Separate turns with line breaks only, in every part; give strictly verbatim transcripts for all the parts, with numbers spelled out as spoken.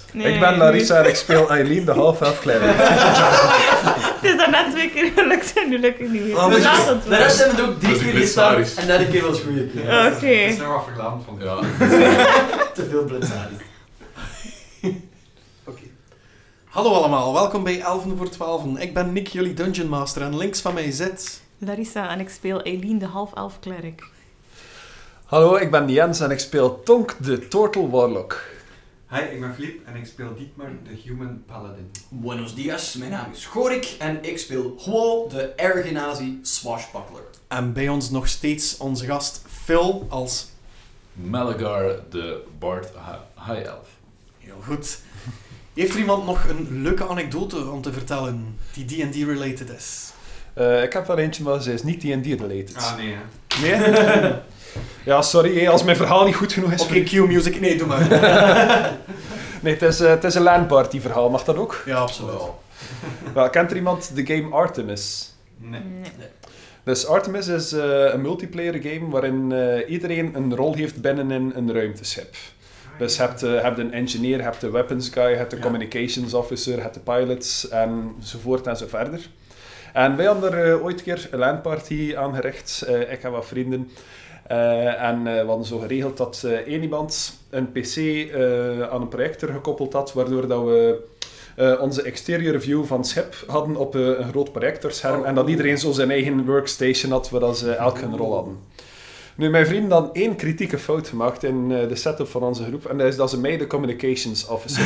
Nee,
ik ben Larissa en ik speel Eileen, de half-elf kleine.
Het is daarnet twee keer gelukt en nu lukt het niet meer.
Oh,
Dus
maar
laat het
de
wel.
rest hebben we ook drie
Dat is
keer
een
gestaan
blitzaris.
en derde keer was goed.
Oké.
Het is nog wat verlaamd van.
Ja.
Te veel blitzaris.
Oké. Hallo allemaal, welkom bij Elfen voor Twaalfen. Ik ben Nick, jullie Dungeon Master, en links van mij zit...
Larissa en ik speel Eileen, de half-elf klerk.
Hallo, ik ben Jens en ik speel Tonk, de Turtle Warlock.
Hi, ik ben Filip en ik speel Dietmar, de Human Paladin.
Buenos dias, mijn naam is Gorik en ik speel Hwo, de Ergenazi Swashbuckler.
En bij ons nog steeds onze gast Phil als...
Malagar, de Bard ha- High Elf.
Heel goed. Heeft er iemand nog een leuke anekdote om te vertellen die D en D related is?
Uh, ik heb wel eentje, maar ze is niet D en D related.
Ah, nee hè.
Nee? Ja, sorry, hé, als mijn verhaal niet goed genoeg is.
Oké, okay, Q-music. Nee, doe maar.
Nee, het is, uh, het is een LAN-party verhaal, mag dat ook?
Ja, absoluut.
Well, kent er iemand de game Artemis?
Nee.
Nee.
Dus Artemis is uh, een multiplayer game waarin uh, iedereen een rol heeft binnenin een ruimteschip. Dus je hebt, uh, je hebt een engineer, je hebt de weapons guy, je hebt de
Ja.
communications officer, je hebt de pilots enzovoort en zo verder. En wij hadden er uh, ooit een keer een LAN-party aangericht, uh, ik en wat vrienden. Uh, en uh, we hadden zo geregeld dat uh, één iemand een pc uh, aan een projector gekoppeld had, waardoor dat we uh, onze exterior view van het schip hadden op uh, een groot projectorscherm.
Oh.
En dat iedereen zo zijn eigen workstation had, waar dat ze elk een rol hadden. Nu, mijn vrienden hadden één kritieke fout gemaakt in uh, de setup van onze groep, en dat is dat ze mij de communications officer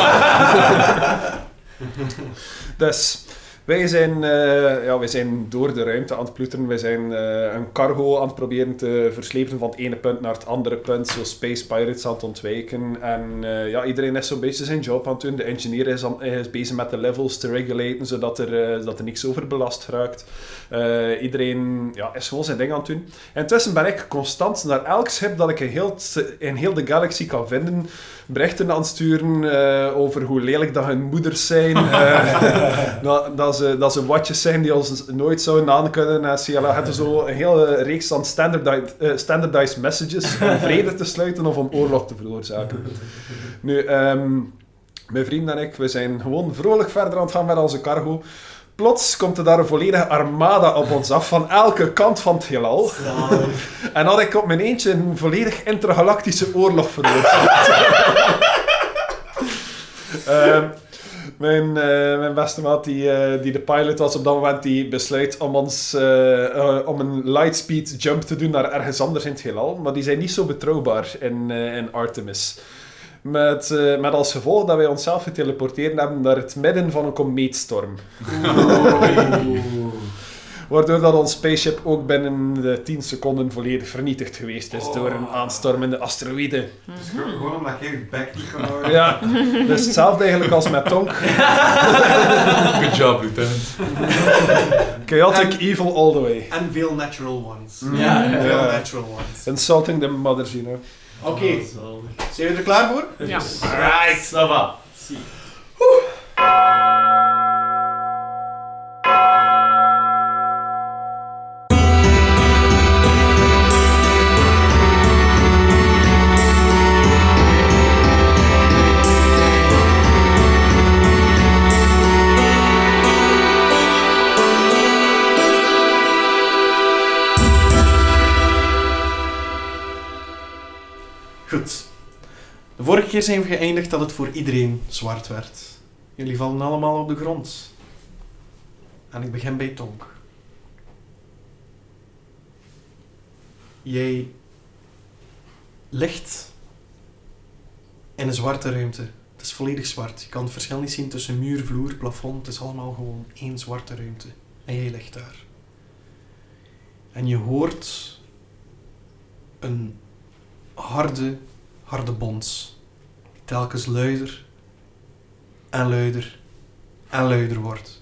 Dus... Wij zijn, uh, ja, wij zijn door de ruimte aan het ploeteren. Wij zijn uh, een cargo aan het proberen te verslepen van het ene punt naar het andere punt. Zo Space Pirates aan het ontwijken. En uh, ja, iedereen is zo'n beetje zijn job aan het doen. De engineer is, aan, is bezig met de levels te regulaten, zodat er, uh, dat er niks overbelast raakt. Uh, iedereen ja, is gewoon zijn ding aan het doen. En intussen ben ik constant naar elk schip dat ik in heel, in heel de galaxy kan vinden, berichten aan het sturen uh, over hoe lelijk dat hun moeders zijn. Uh, dat, dat, ze, dat ze watjes zijn die ons nooit zouden aankunnen. En C L A had er zo een hele reeks aan standardized, uh, standardized messages om vrede te sluiten of om oorlog te veroorzaken. Nu, um, mijn vriend en ik, we zijn gewoon vrolijk verder aan het gaan met onze cargo. Plots komt er daar een volledige armada op ons af, van elke kant van het heelal. En had ik op mijn eentje een volledig intergalactische oorlog veroorzaakt. uh, mijn, uh, mijn beste maat, die, uh, die de pilot was op dat moment, die besluit om ons uh, uh, om een lightspeed jump te doen naar ergens anders in het heelal. Maar die zijn niet zo betrouwbaar in, uh, in Artemis. Met, uh, met als gevolg dat wij onszelf geteleporteerd hebben naar het midden van een komeetstorm. Waardoor dat ons spaceship ook binnen de tien seconden volledig vernietigd geweest is oh. door een aanstormende asteroïde.
Dus gewoon omdat je je bek niet kan houden.
Ja, dus hetzelfde eigenlijk als met Tonk.
Good job, lieutenant.
Chaotic en, evil all the way.
En veel natural ones.
Mm. Ja, ja,
veel
ja.
natural ones.
Insulting the mothers, you know.
Oké, okay. Zijn we er klaar voor?
Ja.
Alright, ça va.
Goed. De vorige keer zijn we geëindigd dat het voor iedereen zwart werd. Jullie vallen allemaal op de grond. En ik begin bij Tonk. Jij ligt in een zwarte ruimte. Het is volledig zwart. Je kan het verschil niet zien tussen muur, vloer, plafond. Het is allemaal gewoon één zwarte ruimte. En jij ligt daar. En je hoort een harde, harde bons. Die telkens luider en luider en luider wordt.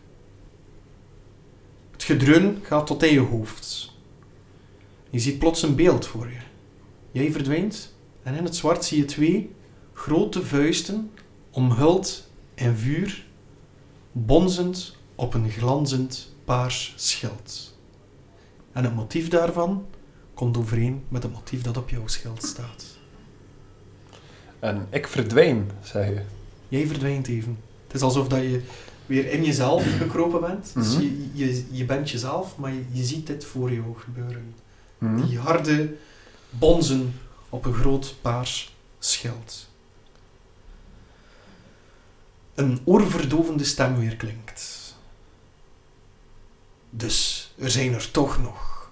Het gedreun gaat tot in je hoofd. Je ziet plots een beeld voor je. Jij verdwijnt en in het zwart zie je twee grote vuisten omhuld in vuur, bonzend op een glanzend paars schild. En het motief daarvan komt overeen met het motief dat op jouw schild staat.
En ik verdwijn, zeg je.
Jij verdwijnt even. Het is alsof dat je weer in jezelf gekropen bent. Dus
Mhm.
je, je, je bent jezelf, maar je, je ziet dit voor jou gebeuren.
Mhm.
Die harde bonzen op een groot paars schild. Een oorverdovende stem weer klinkt. Dus er zijn er toch nog.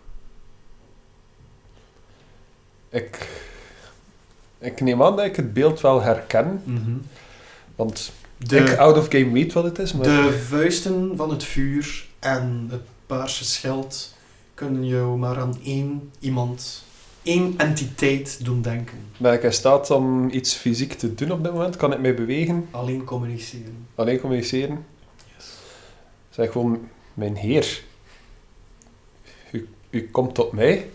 Ik, ik neem aan dat ik het beeld wel herken, want
De,
ik out of game weet wat het is, maar...
de vuisten van het vuur en het paarse schild kunnen jou maar aan één iemand, één entiteit doen denken.
Ben ik in staat om iets fysiek te doen op dit moment? Kan ik mij bewegen?
Alleen communiceren.
Alleen communiceren?
Yes.
Zeg gewoon, mijn heer, u, u komt tot mij?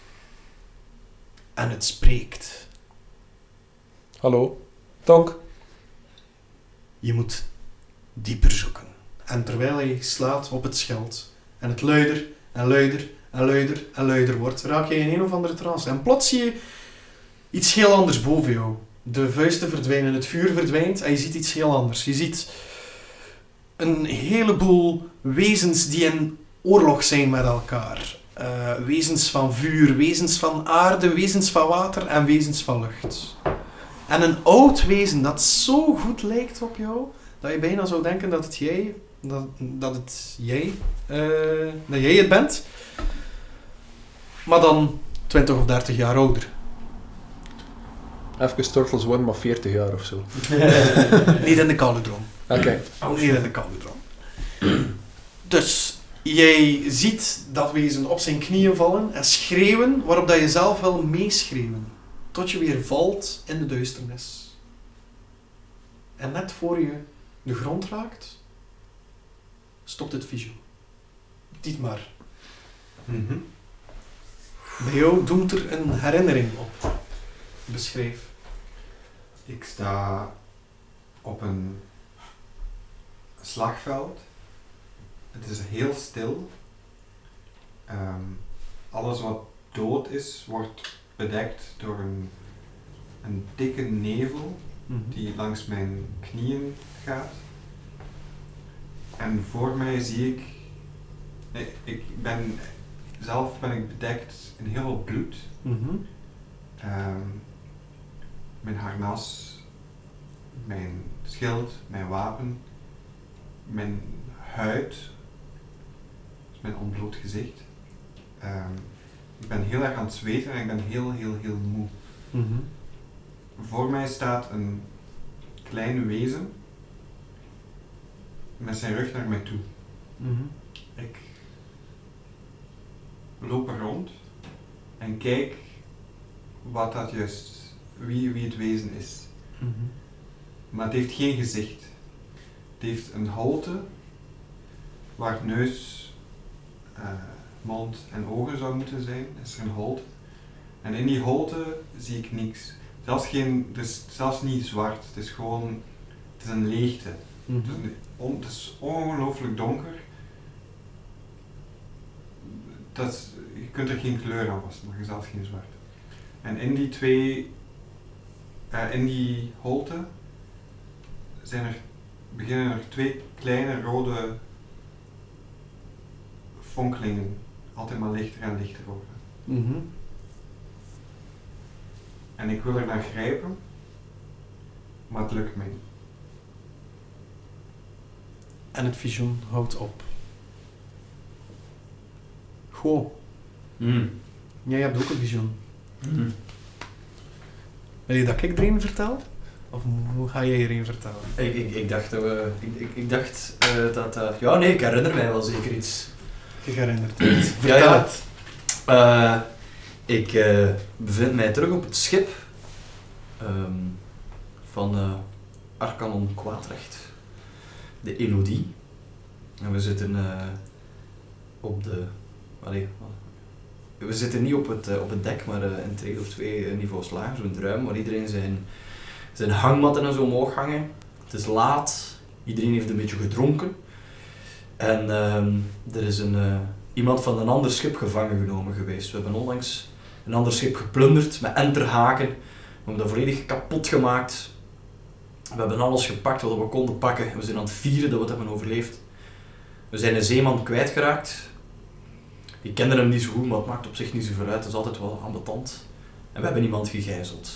En het spreekt.
Hallo? Tonk?
Je moet dieper zoeken. En terwijl hij slaat op het schild en het luider en luider en luider en luider wordt, raak je in een of andere trance. En plots zie je iets heel anders boven jou. De vuisten verdwijnen, het vuur verdwijnt en je ziet iets heel anders. Je ziet een heleboel wezens die in oorlog zijn met elkaar. Uh, wezens van vuur, wezens van aarde, wezens van water en wezens van lucht. En een oud wezen dat zo goed lijkt op jou, dat je bijna zou denken dat het jij, dat, dat het jij, uh, dat jij het bent. Maar dan twintig of dertig jaar ouder.
Even Turtles One, maar veertig jaar of zo.
Niet in de Caldron.
Oké. Okay.
Oh, niet in de Caldron. Dus jij ziet dat wezen op zijn knieën vallen en schreeuwen, waarop dat je zelf wil meeschreeuwen. Tot je weer valt in de duisternis. En net voor je de grond raakt, stopt het visioen. Dietmar.
Mm-hmm.
Bij jou doemt er een herinnering op. Beschrijf.
Ik sta op een slagveld. Het is heel stil. Um, alles wat dood is, wordt bedekt door een, een dikke nevel
Mm-hmm.
die langs mijn knieën gaat. En voor mij zie ik, nee, ik ben, zelf ben ik bedekt in heel veel bloed.
Mm-hmm.
Um, mijn harnas, mijn schild, mijn wapen, mijn huid, dus mijn ontbloot gezicht. Um, ik ben heel erg aan het zweten en ik ben heel, heel, heel moe.
Mm-hmm.
Voor mij staat een klein wezen met zijn rug naar mij toe.
Mm-hmm.
Ik loop er rond en kijk wat dat juist, wie, wie het wezen is.
Mm-hmm.
Maar het heeft geen gezicht. Het heeft een holte waar neus, uh, mond en ogen zou moeten zijn. Is er een holte. En in die holte zie ik niks. Zelfs geen, het is zelfs niet zwart. Het is gewoon, het is een leegte.
Mm-hmm.
Het is, een, on, het is ongelooflijk donker. Dat is, je kunt er geen kleur aan passen, maar zelfs geen zwart. En in die twee, uh, in die holte zijn er, beginnen er twee kleine rode fonkelingen altijd maar lichter en lichter worden.
Mm-hmm.
En ik wil er naar grijpen, maar het lukt mij niet.
En het visioen houdt op. Goh,
Mm.
jij hebt ook een visioen.
Mm.
Wil je dat ik erin vertel? Of hoe ga jij erin vertellen?
Ik, ik, ik dacht dat we... Ik, ik, ik dacht uh, dat... Uh, ja, nee, ik herinner mij wel zeker iets.
Je herinnert het. Vertel
Ja, ja.
het.
Uh, ik uh, bevind mij terug op het schip um, van uh, Arcanon Kwaadrecht, de Elodie. En we zitten uh, op de... Allee, we zitten niet op het, uh, op het dek, maar uh, een trede of twee uh, niveaus lager, zo'n ruim, waar iedereen zijn, zijn hangmatten en zo omhoog hangen. Het is laat, iedereen heeft een beetje gedronken. En um, er is een, uh, iemand van een ander schip gevangen genomen geweest. We hebben onlangs een ander schip geplunderd met enterhaken, We hebben dat volledig kapot gemaakt. We hebben alles gepakt wat we konden pakken. We zijn aan het vieren dat we het hebben overleefd. We zijn een zeeman kwijtgeraakt. Ik kende hem niet zo goed, maar het maakt op zich niet zoveel uit. Het is altijd wel ambetant. En we hebben iemand gegijzeld.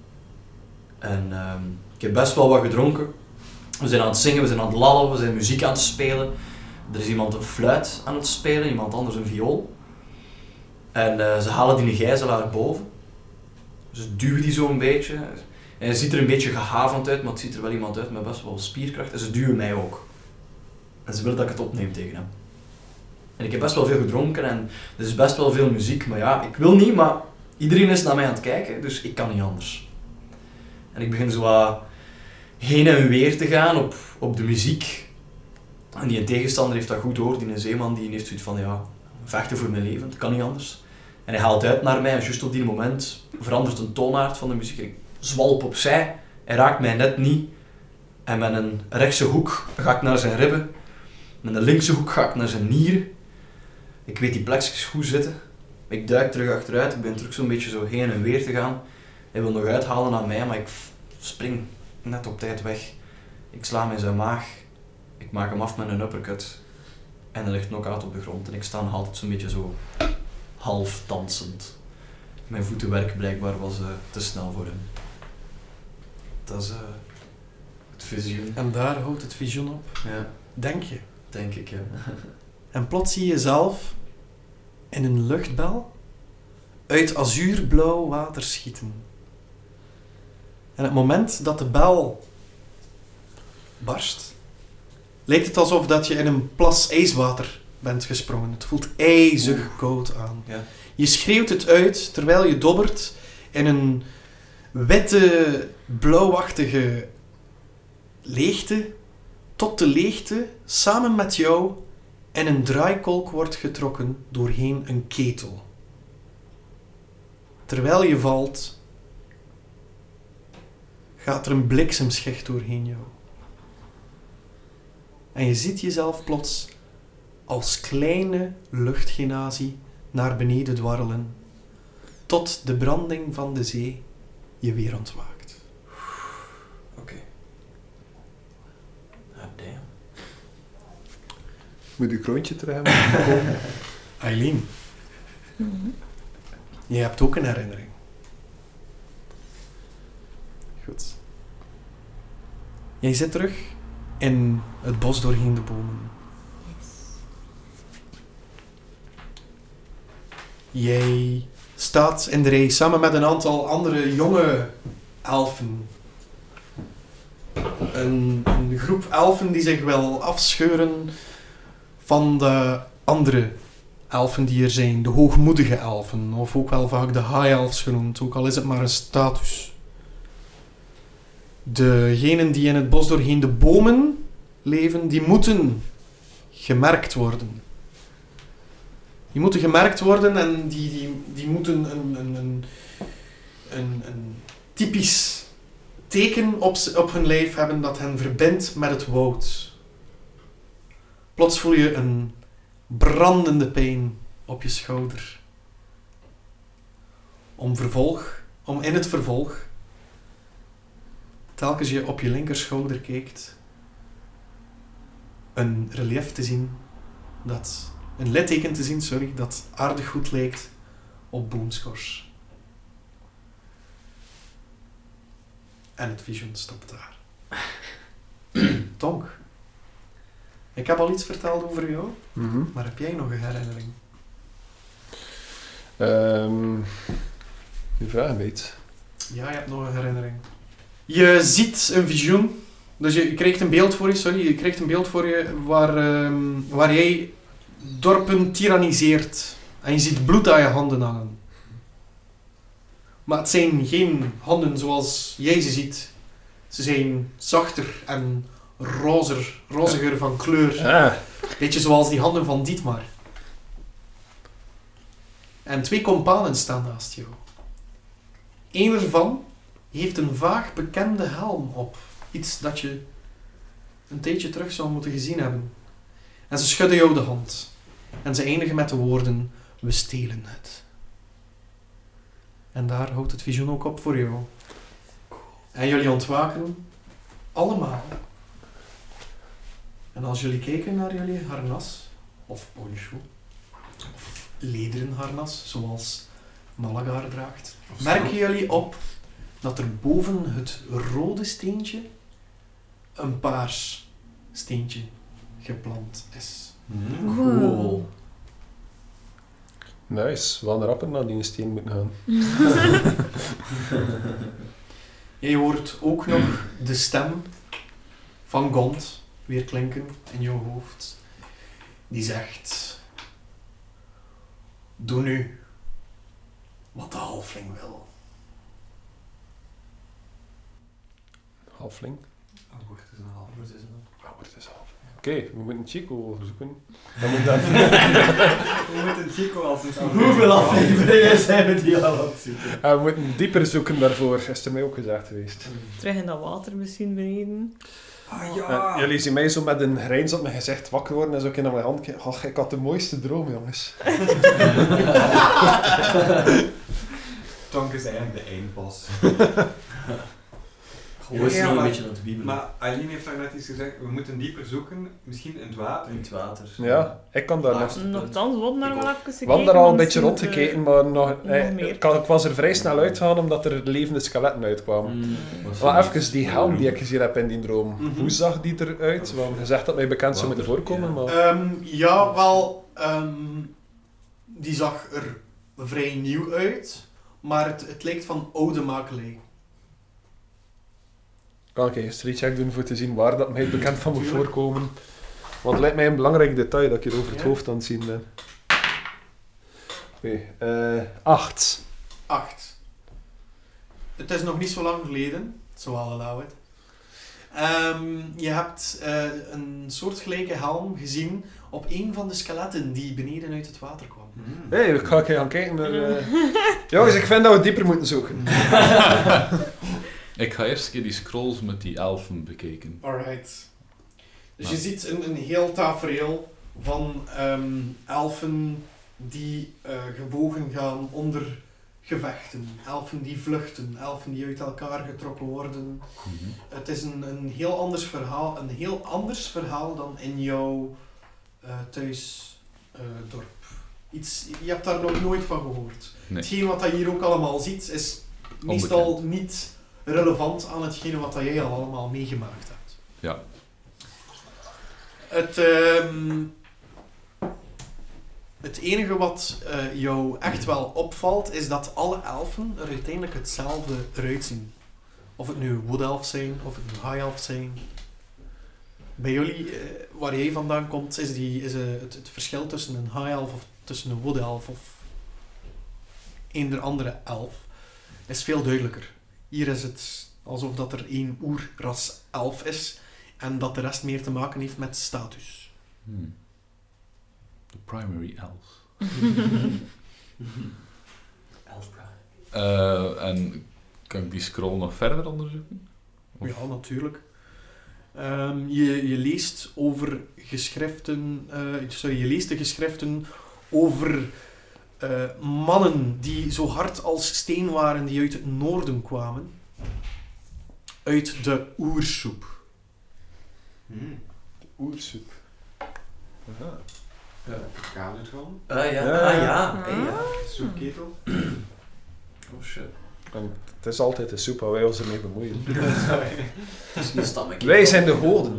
En uh, ik heb best wel wat gedronken. We zijn aan het zingen, we zijn aan het lallen, we zijn muziek aan het spelen. Er is iemand een fluit aan het spelen, iemand anders een viool. En uh, ze halen die gijzelaar boven. Ze duwen die zo een beetje. En hij ziet er een beetje gehavend uit, maar het ziet er wel iemand uit met best wel spierkracht. En ze duwen mij ook. En ze willen dat ik het opneem tegen hem. En ik heb best wel veel gedronken en er is best wel veel muziek. Maar ja, ik wil niet, maar iedereen is naar mij aan het kijken, dus ik kan niet anders. En ik begin zo wat heen en weer te gaan op, op de muziek. En die tegenstander heeft dat goed door. Die zeeman die heeft zoiets van, ja, vechten voor mijn leven, het kan niet anders. En hij haalt uit naar mij en juist op die moment verandert een toonaard van de muziek. Ik zwalp opzij, hij raakt mij net niet. En met een rechtse hoek ga ik naar zijn ribben. Met een linkse hoek ga ik naar zijn nieren. Ik weet die plekjes goed zitten. Ik duik terug achteruit, ik ben terug zo'n beetje zo heen en weer te gaan. Hij wil nog uithalen naar mij, maar ik spring net op tijd weg. Ik sla hem in zijn maag. Ik maak hem af met een uppercut. En hij ligt knock-out op de grond. En ik sta nog altijd zo'n beetje zo half dansend. Mijn voetenwerk blijkbaar was uh, te snel voor hem. Dat is uh, het visioen.
En daar houdt het visioen op.
Ja,
Denk je.
denk ik, ja.
En plots zie je zelf in een luchtbel uit azuurblauw water schieten. En het moment dat de bel barst, lijkt het alsof dat je in een plas ijswater bent gesprongen. Het voelt ijzig koud aan.
Ja.
Je schreeuwt het uit terwijl je dobbert in een witte, blauwachtige leegte, tot de leegte samen met jou in een draaikolk wordt getrokken doorheen een ketel. Terwijl je valt, gaat er een bliksemschicht doorheen jou. En je ziet jezelf plots als kleine luchtgenazie naar beneden dwarrelen, tot de branding van de zee je weer ontwaakt.
Oké. Okay. Ah, damn.
Moet uw kroontje terug hebben komen?
Eileen,
Mm-hmm.
je hebt ook een herinnering. Goed. Jij zit terug in het bos doorheen de bomen. Jij staat in de rij samen met een aantal andere jonge elfen. Een, een groep elfen die zich wil afscheuren van de andere elfen die er zijn. De hoogmoedige elfen, of ook wel vaak de high elves genoemd, ook al is het maar een status. Degenen die in het bos doorheen de bomen leven, die moeten gemerkt worden. Die moeten gemerkt worden en die, die, die moeten een, een, een, een, een typisch teken op, op hun lijf hebben dat hen verbindt met het woud. Plots voel je een brandende pijn op je schouder. Om vervolg, om in het vervolg, telkens je op je linkerschouder kijkt, een relief te zien dat... Een litteken te zien, sorry, dat aardig goed lijkt op Boomschors. En het visioen stopt daar. Tonk, ik heb al iets verteld over jou,
Mm-hmm.
maar heb jij nog een herinnering?
Um, je vraagt een beetje.
Ja, je hebt nog een herinnering. Je ziet een visioen, dus je, je krijgt een beeld voor je, sorry, je krijgt een beeld voor je waar, um, waar jij dorpen tyranniseert. En je ziet bloed aan je handen hangen. Maar het zijn geen handen zoals jij ze ziet. Ze zijn zachter en rozer, roziger van kleur.
Ah,
Beetje zoals die handen van Dietmar. En twee kompanen staan naast jou. Eén ervan heeft een vaag bekende helm op. Iets dat je een tijdje terug zou moeten gezien hebben. En ze schudden jou de hand. En ze eindigen met de woorden, we stelen het. En daar houdt het visioen ook op voor jou. En jullie ontwaken allemaal. En als jullie kijken naar jullie harnas, of poncho, of lederen harnas, zoals Malagar draagt, merken jullie op dat er boven het rode steentje een paars steentje geplant is.
Mm, cool.
Nice. We hadden rapper naar die steen moeten gaan.
Je hoort ook nog de stem van Gond weer klinken in jouw hoofd. Die zegt: doe nu wat de halfling wil.
Halfling.
Oh, wordt het een half.
Wat is het dan?
Ah, wordt het half. Oké, we moeten Chico zoeken. Dan moet dat...
We moeten Chico als een
Hoeveel afleveringen zijn we die al aan het zoeken?
Ah, we moeten dieper zoeken daarvoor, is er mij ook gezegd geweest.
Terug in dat water misschien beneden.
Ah
En jullie zien mij zo met een grijns op mijn gezicht wakker worden en zo in mijn hand kijken. Oh, ik had de mooiste droom, jongens.
Tonk is eigenlijk de eindpas.
Gewoon
Ja,
nog een
maar-
beetje aan het wiebelen.
Maar Aileen heeft daar net iets gezegd, we moeten dieper zoeken, misschien in het water.
In het water.
Ja, ik kan daar
Laagste
net...
punt.
Nochtans, we hadden daar
Ik
wel
ook.
even
We
gekeken.
hadden daar al een
want
beetje
we moeten-
rondgekeken, maar nog, eh,
nog meer.
ik, ik was er vrij snel uitgegaan omdat er levende skeletten uitkwamen.
Mm.
Maar even die helm die ik gezien heb in die droom,
Mhm.
hoe zag die eruit? We hebben gezegd dat mij bekend zou moeten voorkomen, maar...
Ehm, ja, wel, ehm, die zag er vrij nieuw uit, maar het, het lijkt van oude makelij.
Kan ik een history check doen voor te zien waar dat mij bekend van moet
Tuurlijk.
voorkomen? Want het lijkt mij een belangrijk detail dat ik hier over het
Ja.
hoofd aan het zien ben. Oké, eh acht.
Acht. Het is nog niet zo lang geleden, so I'll allow it. Ehm, je hebt eh, een soortgelijke helm gezien op een van de skeletten die beneden uit het water kwam.
Mm.
Hé, hey, ik ga een keer gaan kijken naar... eh, Jongens, ik vind dat we dieper moeten zoeken.
Ik ga eerst een keer die scrolls met die elfen bekijken.
Alright. Dus
Ja.
je ziet een, een heel tafereel van ehm, elfen die eh, gebogen gaan onder gevechten. Elfen die vluchten, elfen die uit elkaar getrokken worden.
Mhm.
Het is een, een heel anders verhaal, een heel anders verhaal dan in jouw eh thuisdorp. Iets, je hebt daar nog nooit van gehoord.
Nee.
Hetgeen wat je hier ook allemaal ziet, is meestal
Onbekend.
niet relevant aan hetgene wat jij al allemaal meegemaakt hebt.
Ja.
Het, ehm, het enige wat eh, jou echt wel opvalt, is dat alle elfen er uiteindelijk hetzelfde eruit zien. Of het nu wood elf zijn, of het nu high elf zijn. Bij jullie, eh, waar jij vandaan komt, is, die, is eh, het, het verschil tussen een high elf of tussen een wood elf of eender andere elf is veel duidelijker. Hier is het alsof dat er één oerras elf is en dat de rest meer te maken heeft met status.
Hmm. De primary elves.
Elfbra.
Eh, en kan ik die scroll nog verder onderzoeken? Of-
Ja, natuurlijk. Ehm, je, je leest over geschriften, eh, sorry, je leest de geschriften over eh, mannen die zo hard als steen waren, die uit het noorden kwamen. Uit de oersoep.
Mm.
Oersoep. Aha.
Ja, kadertron,
Ah ja,
Ja.
ah ja. Hey, ja.
soepketel.
Oh shit.
En het is altijd de soep waar wij ons ermee bemoeien.
Dus nu stam ik.
Wij zijn de goden.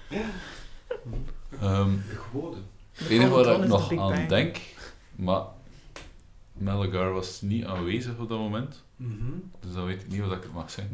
Ehm,
De goden.
Het enige waar
Volgende
ik
is
nog
de Big
aan
Bang.
denk, maar Malagar was niet aanwezig op dat moment,
Mhm.
dus dan weet ik niet wat ik het mag zeggen.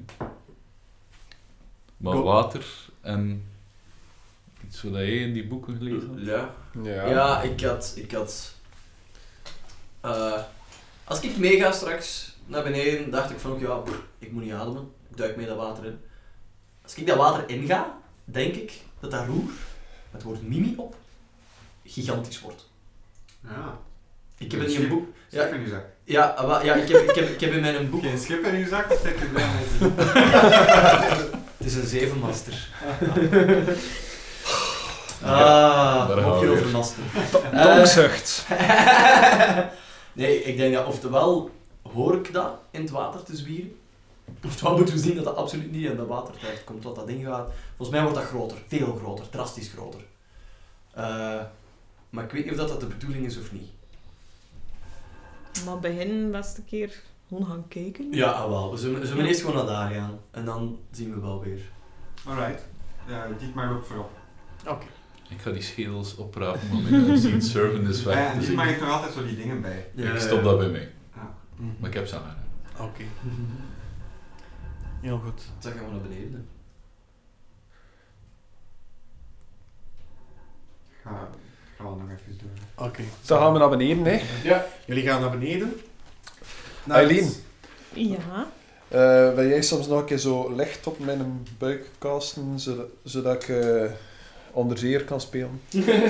Maar
Go.
water en iets wat jij in die boeken gelezen had.
Ja.
Ja.
Ja, ik had... Ik had eh, als ik meega straks naar beneden, dacht ik van, ook, ja, pff, ik moet niet ademen. Ik duik mee dat water in. Als ik dat water inga, denk ik dat dat roer, met het woord mimi op, gigantisch wordt.
Ja.
Ik heb in een boek... Ja,
Schip in je zak.
ja, maar, ja ik, heb, ik, heb, ik heb in mijn boek...
Geen schip in je zak, dat zeg je blij mee.
Het is een zevenmaster. Ah,
daar gaan
mopje
we
over
weer.
masten.
Donkzucht.
Nee, ik denk dat oftewel hoor ik dat in het water te zwieren, Oftewel moeten we zien dat dat absoluut niet in dat water terecht komt, wat dat ding gaat. Volgens mij wordt dat groter, veel groter, drastisch groter. Uh, maar ik weet niet of dat, dat de bedoeling is of niet.
Maar begin best een keer gewoon gaan kijken.
Ja, ah, wel. We zullen, we zullen
Ja.
eerst gewoon naar daar gaan. En dan zien we wel weer.
Alright. Ja, Dietmar loopt voorop.
Oké.
Ik ga die schedels oprapen, maar mijn zien servant is
Ja,
weg.
en
Dus
Dietmar
ik,
heeft nog altijd zo die dingen bij.
ik stop dat bij mij.
Ja.
Maar ik heb ze aan.
Oké. Heel goed.
Dan gaan we naar beneden. hè.
Ga, ga wel nog even door.
Oké.
Dan gaan we naar beneden, hè.
Ja. Jullie gaan naar beneden. Naar
Eileen.
het-
Ja.
Uh, wil jij soms nog een keer zo licht op mijn buik casten, zodat, zodat ik uh, onder zeer kan spelen?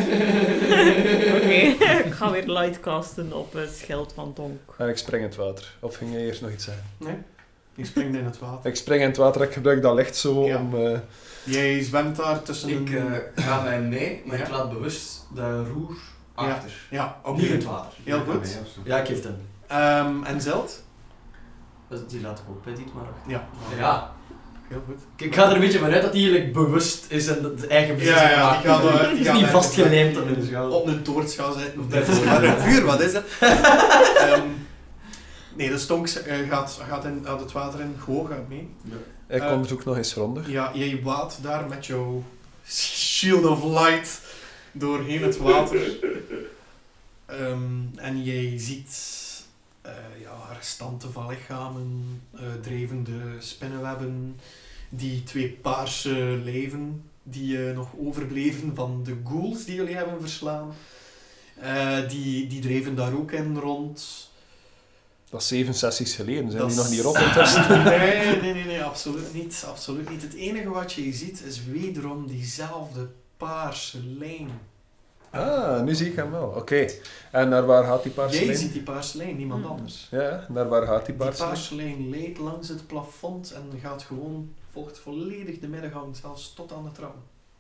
Oké, ik ga weer lightcasten op het schild van Tonk.
En ik spring in het water. Of ging jij eerst nog iets zeggen?
Nee. Je springt in het water.
Ik spring in het water, ik gebruik dat licht zo
Ja.
om... Uh,
Jij zwemt daar tussen
Ik
een...
uh, ga mij mee, maar ik
Ja.
laat bewust dat roer achter.
Ja, oké.
Niet in het water.
Heel goed.
Bij of zo.
Ja, ik geef het hem.
Ehm, en Zeld?
Dus die laat ik ook bij dit maar achter.
Ja.
Ja.
Heel goed.
Ik, ik ga er een beetje vanuit dat hij eigenlijk bewust is en dat de eigen
Ja,
beslissing
ja,
maakt.
die gaat, uh, die
Die is
gaat
niet
uit-
vastgelijmd aan de schouder.
Op een toorts gaan zitten. Of
Bijvoorbeeld.
vuur, wat is dat? Ehm, nee, de stonk uh, gaat, gaat in, uit het water in. Gewoon gaat mee.
ik
Uh,
onderzoek nog eens grondig.
Ja, jij waadt daar met jouw shield of light doorheen het water. Ehm, en jij ziet uh, ja, restanten van lichamen, uh, drevende spinnenwebben, die twee paarse lijven die uh, nog overbleven van de ghouls die jullie hebben verslaan. Uh, die, die dreven daar ook in rond.
Dat is zeven sessies geleden, zijn
Dat
die
is-
nog niet rot intussen?
Nee, nee, nee, nee, absoluut niet. Absoluut niet. Het enige wat je ziet is wederom diezelfde paarse lijn.
Ah, nu zie ik hem wel. Oké. En naar waar gaat die paarse
Jij
lijn?
ziet die paarse lijn, niemand
Hmm.
anders.
Ja, naar waar gaat die
Die
paarse lijn?
paarse lijn leidt langs het plafond en gaat gewoon, volgt volledig de middengang, zelfs tot aan de tram.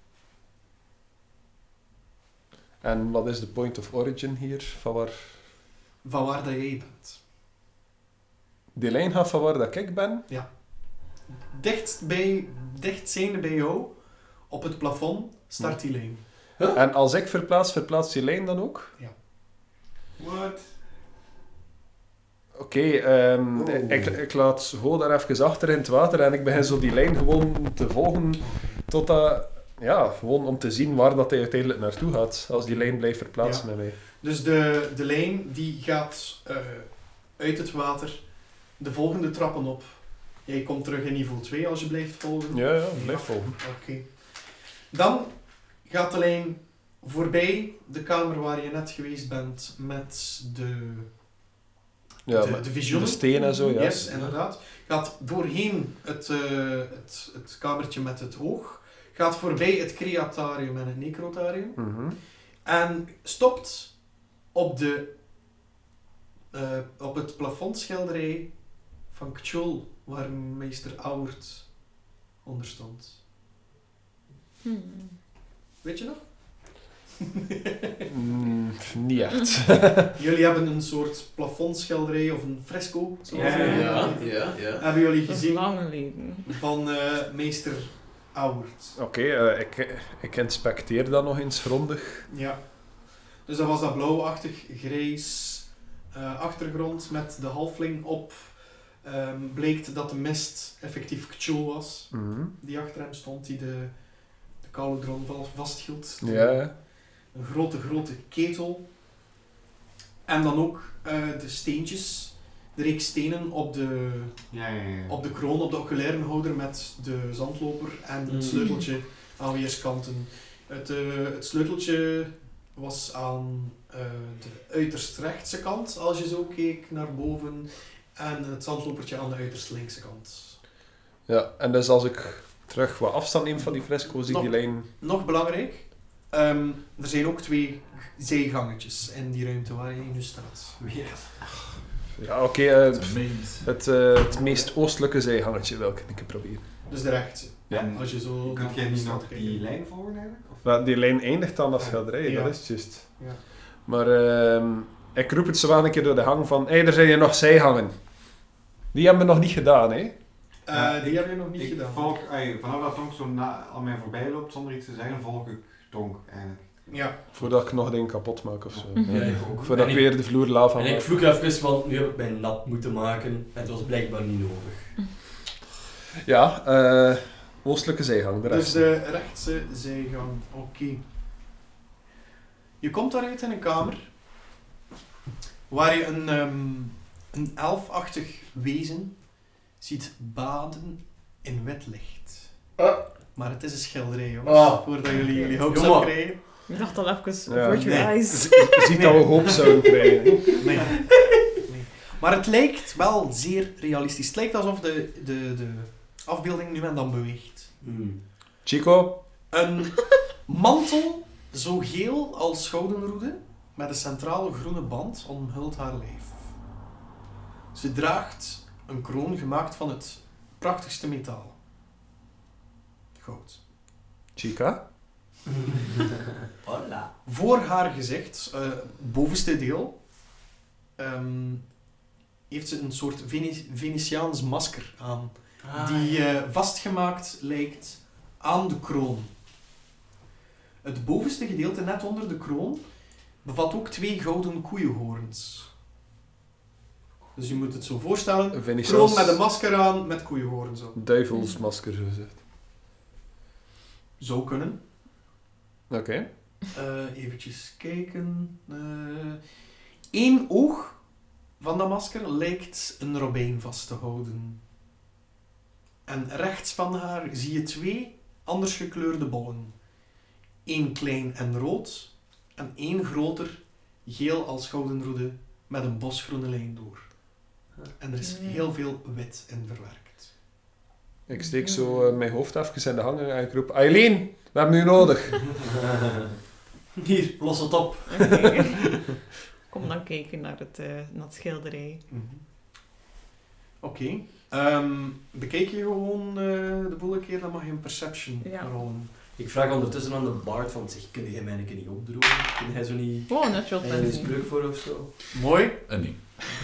En wat is de point of origin hier? Van waar...
Van waar dat jij bent.
Die lijn gaat van waar dat ik ben?
Dicht, bij, dicht zijnde bij jou, op het plafond, start die lijn.
En als ik verplaats, verplaatst die lijn dan ook?
What?
Oké, ehm,
Oh.
ik, ik laat Ho daar even achter in het water en ik begin zo die lijn gewoon te volgen totdat... Ja, gewoon om te zien waar dat hij uiteindelijk naartoe gaat, als die lijn blijft verplaatsen
Ja.
met mij.
Dus de, de lijn die gaat uh, uit het water, de volgende trappen op. Jij komt terug in niveau twee als je blijft volgen.
Ja, ja, blijf volgen.
Oké. Dan gaat de lijn voorbij de kamer waar je net geweest bent met de,
Ja,
de,
maar
de visioenen.
de steen en zo, ja.
Yes, inderdaad. Gaat doorheen het, uh, het, het kamertje met het oog. Gaat voorbij het creatarium en het necrotarium.
Mhm.
En stopt op, de, uh, op het plafondschilderij van Kjol, waar meester Aurt onder stond.
Hmm.
Weet je nog?
Mm, niet echt.
Jullie hebben een soort plafondschilderij of een fresco, zoals
Ja,
we
ja,
Ja,
zeggen.
ja, ja.
Hebben jullie
Dat is
gezien
lang geleden.
van uh, meester Aurt.
Oké, eh, ik, ik inspecteer dat nog eens grondig.
Ja. Dus dat was dat blauwachtig grijs uh, achtergrond met de halfling op. Um, bleek dat de mist effectief Kjol was,
Mhm.
die achter hem stond, die de, de Cauldron val- vasthield.
Ja, ja.
Een grote, grote ketel. En dan ook uh, de steentjes, de reeks stenen op de,
Ja, ja, ja.
op de kroon, op de oculairenhouder met de zandloper en het
Mm.
sleuteltje aan weerskanten. Het, uh, het sleuteltje was aan uh, de uiterst rechtse kant, als je zo keek naar boven. En het zandlopertje aan de uiterst linkse kant.
Ja, en dus als ik terug wat afstand neem van die fresco, zie ik die lijn...
Nog belangrijk, um, er zijn ook twee zijgangetjes in die ruimte waar je nu staat.
Weer.
Ja, oké, eh,
It's a maze.
het, eh, het meest oostelijke zijgangetje wil ik een keer proberen.
Dus de rechtse.
Ja.
En
Als je zo
kunt
naar
jij
de
niet
stad
nog
kijkt.
die lijn volgen eigenlijk? Of?
Maar die lijn eindigt aan dat schilderij,
Ja.
dat is juist.
Ja.
Maar ehm, ik roep het zo wel een keer door de hang van, hé, hey, er zijn hier nog zijhangen. Die hebben we nog niet gedaan, hè.
Uh,
Ja,
die
ik-
heb je nog niet
Ik
gedaan.
volg, ey, vanaf dat Tonk zo na, aan mij voorbij loopt zonder iets te zeggen, volg ik Tonk eigenlijk.
Ja.
Voordat ik nog dingen kapot maak of zo.
Mhm.
Ja, ik ook.
Voordat
En
ik
ik-
weer de vloer lava
En ik
maak.
vloek even, want nu heb ik mij nat moeten maken. En het was blijkbaar niet nodig.
Ja, eh oostelijke zijgang, de
Dus
rest.
de rechtse zijgang. Oké. Je komt daaruit in een kamer waar je een, ehm, een elfachtig wezen ziet baden in wit licht.
Ah.
Maar het is een schilderij, jongens.
Ah.
Voordat jullie jullie hopes
Jongen.
opkrijgen.
Ik dacht al even,
Ja.
virtual
Nee.
eyes.
Je ziet dat we hoop zouden krijgen.
Nee. nee. Maar het lijkt wel zeer realistisch. Het lijkt alsof de, de, de afbeelding nu en dan beweegt.
Hmm.
Chico,
Een mantel, zo geel als goudенroede, met een centrale groene band omhult haar lijf. Ze draagt een kroon gemaakt van het prachtigste metaal. Goud.
Chica.
Hola.
Voor haar gezicht, uh, bovenste deel, ehm, heeft ze een soort Vene- Venetiaans masker aan, die eh, vastgemaakt lijkt aan de kroon. Het bovenste gedeelte, net onder de kroon, bevat ook twee gouden koeienhoorns. Dus je moet het zo voorstellen,
Een
kroon
Venetiaans
met een masker aan, met koeienhoorns op.
duivelsmasker, zo gezegd.
Zou kunnen.
Oké.
Uh, eventjes kijken. Eén oog van dat masker lijkt een robijn vast te houden. En rechts van haar zie je twee anders gekleurde bollen. Eén klein en rood en één groter, geel als goudенroede, met een bosgroene lijn door. En er is heel veel wit in verwerkt.
Ik steek zo eh, mijn hoofd even in de hanger en ik roep... Eileen, we hebben u nodig.
Hier, los het op.
Oké. Kom dan kijken naar het, uh, naar het schilderij.
Mm-hmm. Oké. Okay. Um, bekijk je gewoon uh, de boel een keer, dan mag je een perception
Ja.
rollen.
Ik vraag ondertussen aan de Bard van, zeg, kun jij mij een keer niet opdrogen? Kun jij zo niet...
Oh, natural
Heb je er een
twenty.
spreuk voor of zo?
Mooi.
En nee.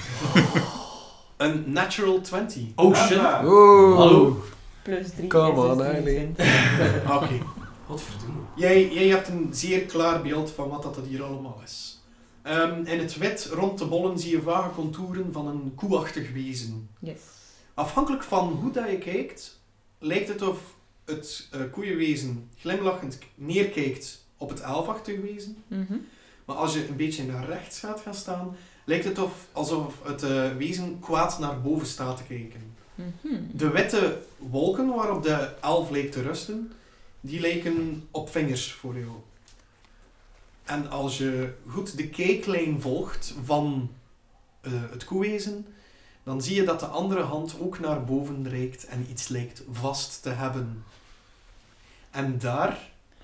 Een natural twintig.
Oh shit.
Ah,
Oeh.
Hallo.
Plus drie.
Come
is
on,
dus
Eileen.
drieëntwintig.
Oké. Okay.
Wat verdomme.
Jij, jij hebt een zeer klaar beeld van wat dat hier allemaal is. Um, in het wit rond de bollen zie je vage contouren van een koeachtig wezen.
Yes.
Afhankelijk van hoe dat je kijkt, lijkt het of het uh, koeienwezen glimlachend neerkijkt op het elfachtig wezen.
Mhm.
Maar als je een beetje naar rechts gaat gaan staan, lijkt het of, alsof het uh, wezen kwaad naar boven staat te kijken.
Mhm.
De witte wolken waarop de elf lijkt te rusten, die lijken op vingers voor jou. En als je goed de kijklijn volgt van uh, het koewezen, dan zie je dat de andere hand ook naar boven reikt en iets lijkt vast te hebben. En daar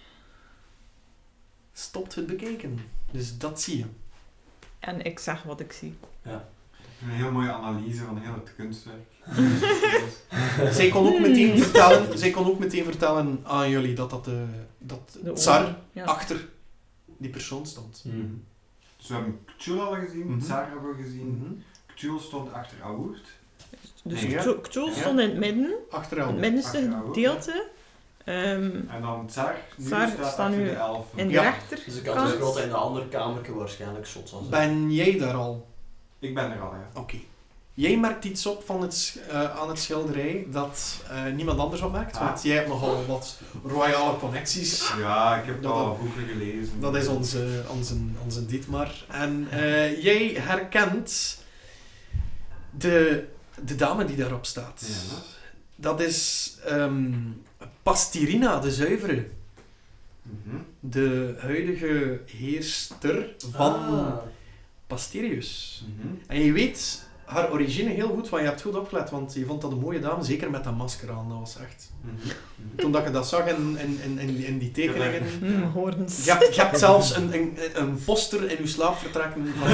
stopt het bekijken. Dus dat zie je.
En ik zeg wat ik zie.
een heel mooie analyse van heel het kunstwerk.
Zij kon ook meteen vertellen, zij kon ook meteen vertellen aan jullie dat dat de, dat
De
Tsar
ogen. Ja.
achter die persoon stond.
Hmm.
Dus we hebben K'chul al gezien,
Mhm.
Tsar hebben we gezien.
Mhm.
K'chul stond achter Aourt.
Dus
Nee, ja.
K'chul K'chul
Ja.
stond in het midden,
Achter
het
Elden.
middenste
Achter jou ook,
gedeelte. Ehm,
En dan Tsar, nu
Tsar
staat
staat
achter
nu
de elfen.
in de
Ja.
rechter.
Dus de kans is groot dat in de andere kamer waarschijnlijk shots zal zijn.
Ben jij daar al?
Ik ben er al, ja.
Oké. Jij merkt iets op van het, sch- uh, aan het schilderij dat uh, niemand anders opmerkt,
Ah.
want jij hebt nogal wat royale connecties.
Ja, ik heb
Dat-
al boeken gelezen.
Dat is onze, onze, onze Dietmar. En uh, jij herkent de, de dame die daarop staat.
Ja.
Dat is um, Pastirina de Zuivere.
Mhm.
De huidige heerster van
Ah.
Pastirius.
Mhm.
En je weet haar origine heel goed, want je hebt goed opgelet, want je vond dat een mooie dame, zeker met dat masker aan. Dat was echt...
Mhm.
Toen dat je dat zag in, in, in, in, in die tekeningen...
Hmm, hoorns.
Je hebt, je hebt zelfs een, een, een poster in je slaapvertrekken van...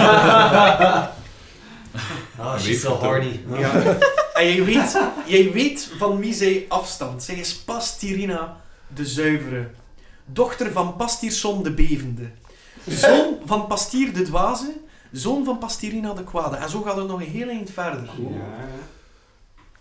Ah,
Weet
she's so
het
horny.
Ja. En jij weet, jij weet van wie zij afstamt. Zij is Pastirina de Zuivere. Dochter van Pastierson de Bevende. Zoon van Pastier de Dwaze. Zoon van Pastirina de Kwade. En zo gaat het nog een heel eind verder.
Ja, ja.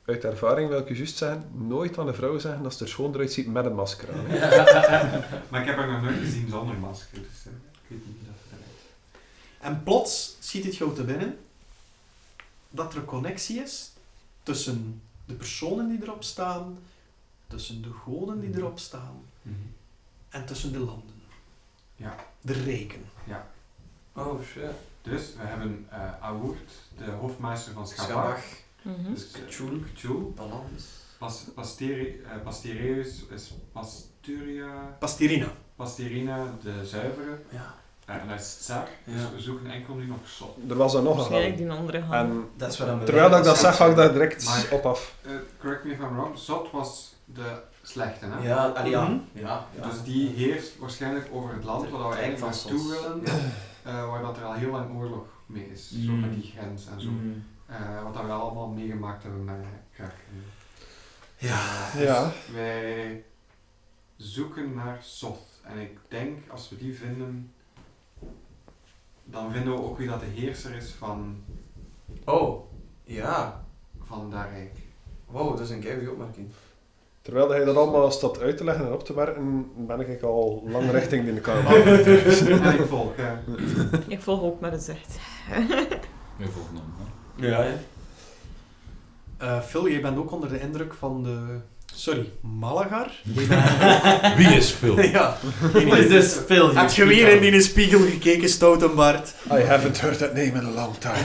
uit ervaring wil ik je juist zeggen, nooit aan de vrouw zeggen dat ze er schoon eruit ziet met een masker aan.
Maar ik heb haar nog nooit gezien zonder masker, dus uh, ik weet niet hoe dat eruit.
En plots schiet het jou te binnen dat er een connectie is tussen de personen die erop staan, tussen de goden die erop staan
Mm-hmm.
en tussen de landen.
Ja.
De rijken.
Oh shit.
Dus we hebben uh, Aourt, de hofmeester van Schabach.
Schabach.
Mhm.
Dus uh,
K'Chul.
K'Chul.
Balans.
Pas, Pasteri, uh, Pastireus is Pasturia,
Pastirina.
Pastirina, de zuivere.
Ja.
Uh, en dat is Tsar.
Ja.
Dus we zoeken enkel nu nog Zot.
Er was er nog een
Waarschijnlijk
gang.
die andere hand.
En
Dat is wat aan
terwijl ik dat zeg, ga ik daar direct
Maar-
op af.
Uh, correct me if I'm wrong, Zot was de slechte, hè?
Ja, allee, ja.
Mhm.
Ja, ja.
Dus die heerst waarschijnlijk over het land waar we eigenlijk
van
naartoe
Sos.
willen,
Ja.
uh, waar dat er al heel lang oorlog mee is. Zo
Mm.
met die grens en zo.
Mm.
Uh, wat dat we allemaal meegemaakt hebben met Krak.
Ja.
Ja.
Wij zoeken naar Soth. En ik denk, als we die vinden, dan vinden we ook wie dat de heerser is van,
Oh. Ja.
van dat rijk.
Wow, dat is een keigoede opmerking.
Terwijl hij dat allemaal staat uit te leggen en op te werken, ben ik al lang richting die kamer.
En ik volg, ja.
Ik volg ook met het zicht.
Wij volgen hem. Hè?
Ja, ja.
Uh, Phil, jij bent ook onder de indruk van de... Sorry, Malagar? Jij bent-
Wie is Phil?
ja.
Wat is dit speel?
Heb je weer in die spiegel gekeken, Stoutenbaard?
I haven't heard that name in a long time.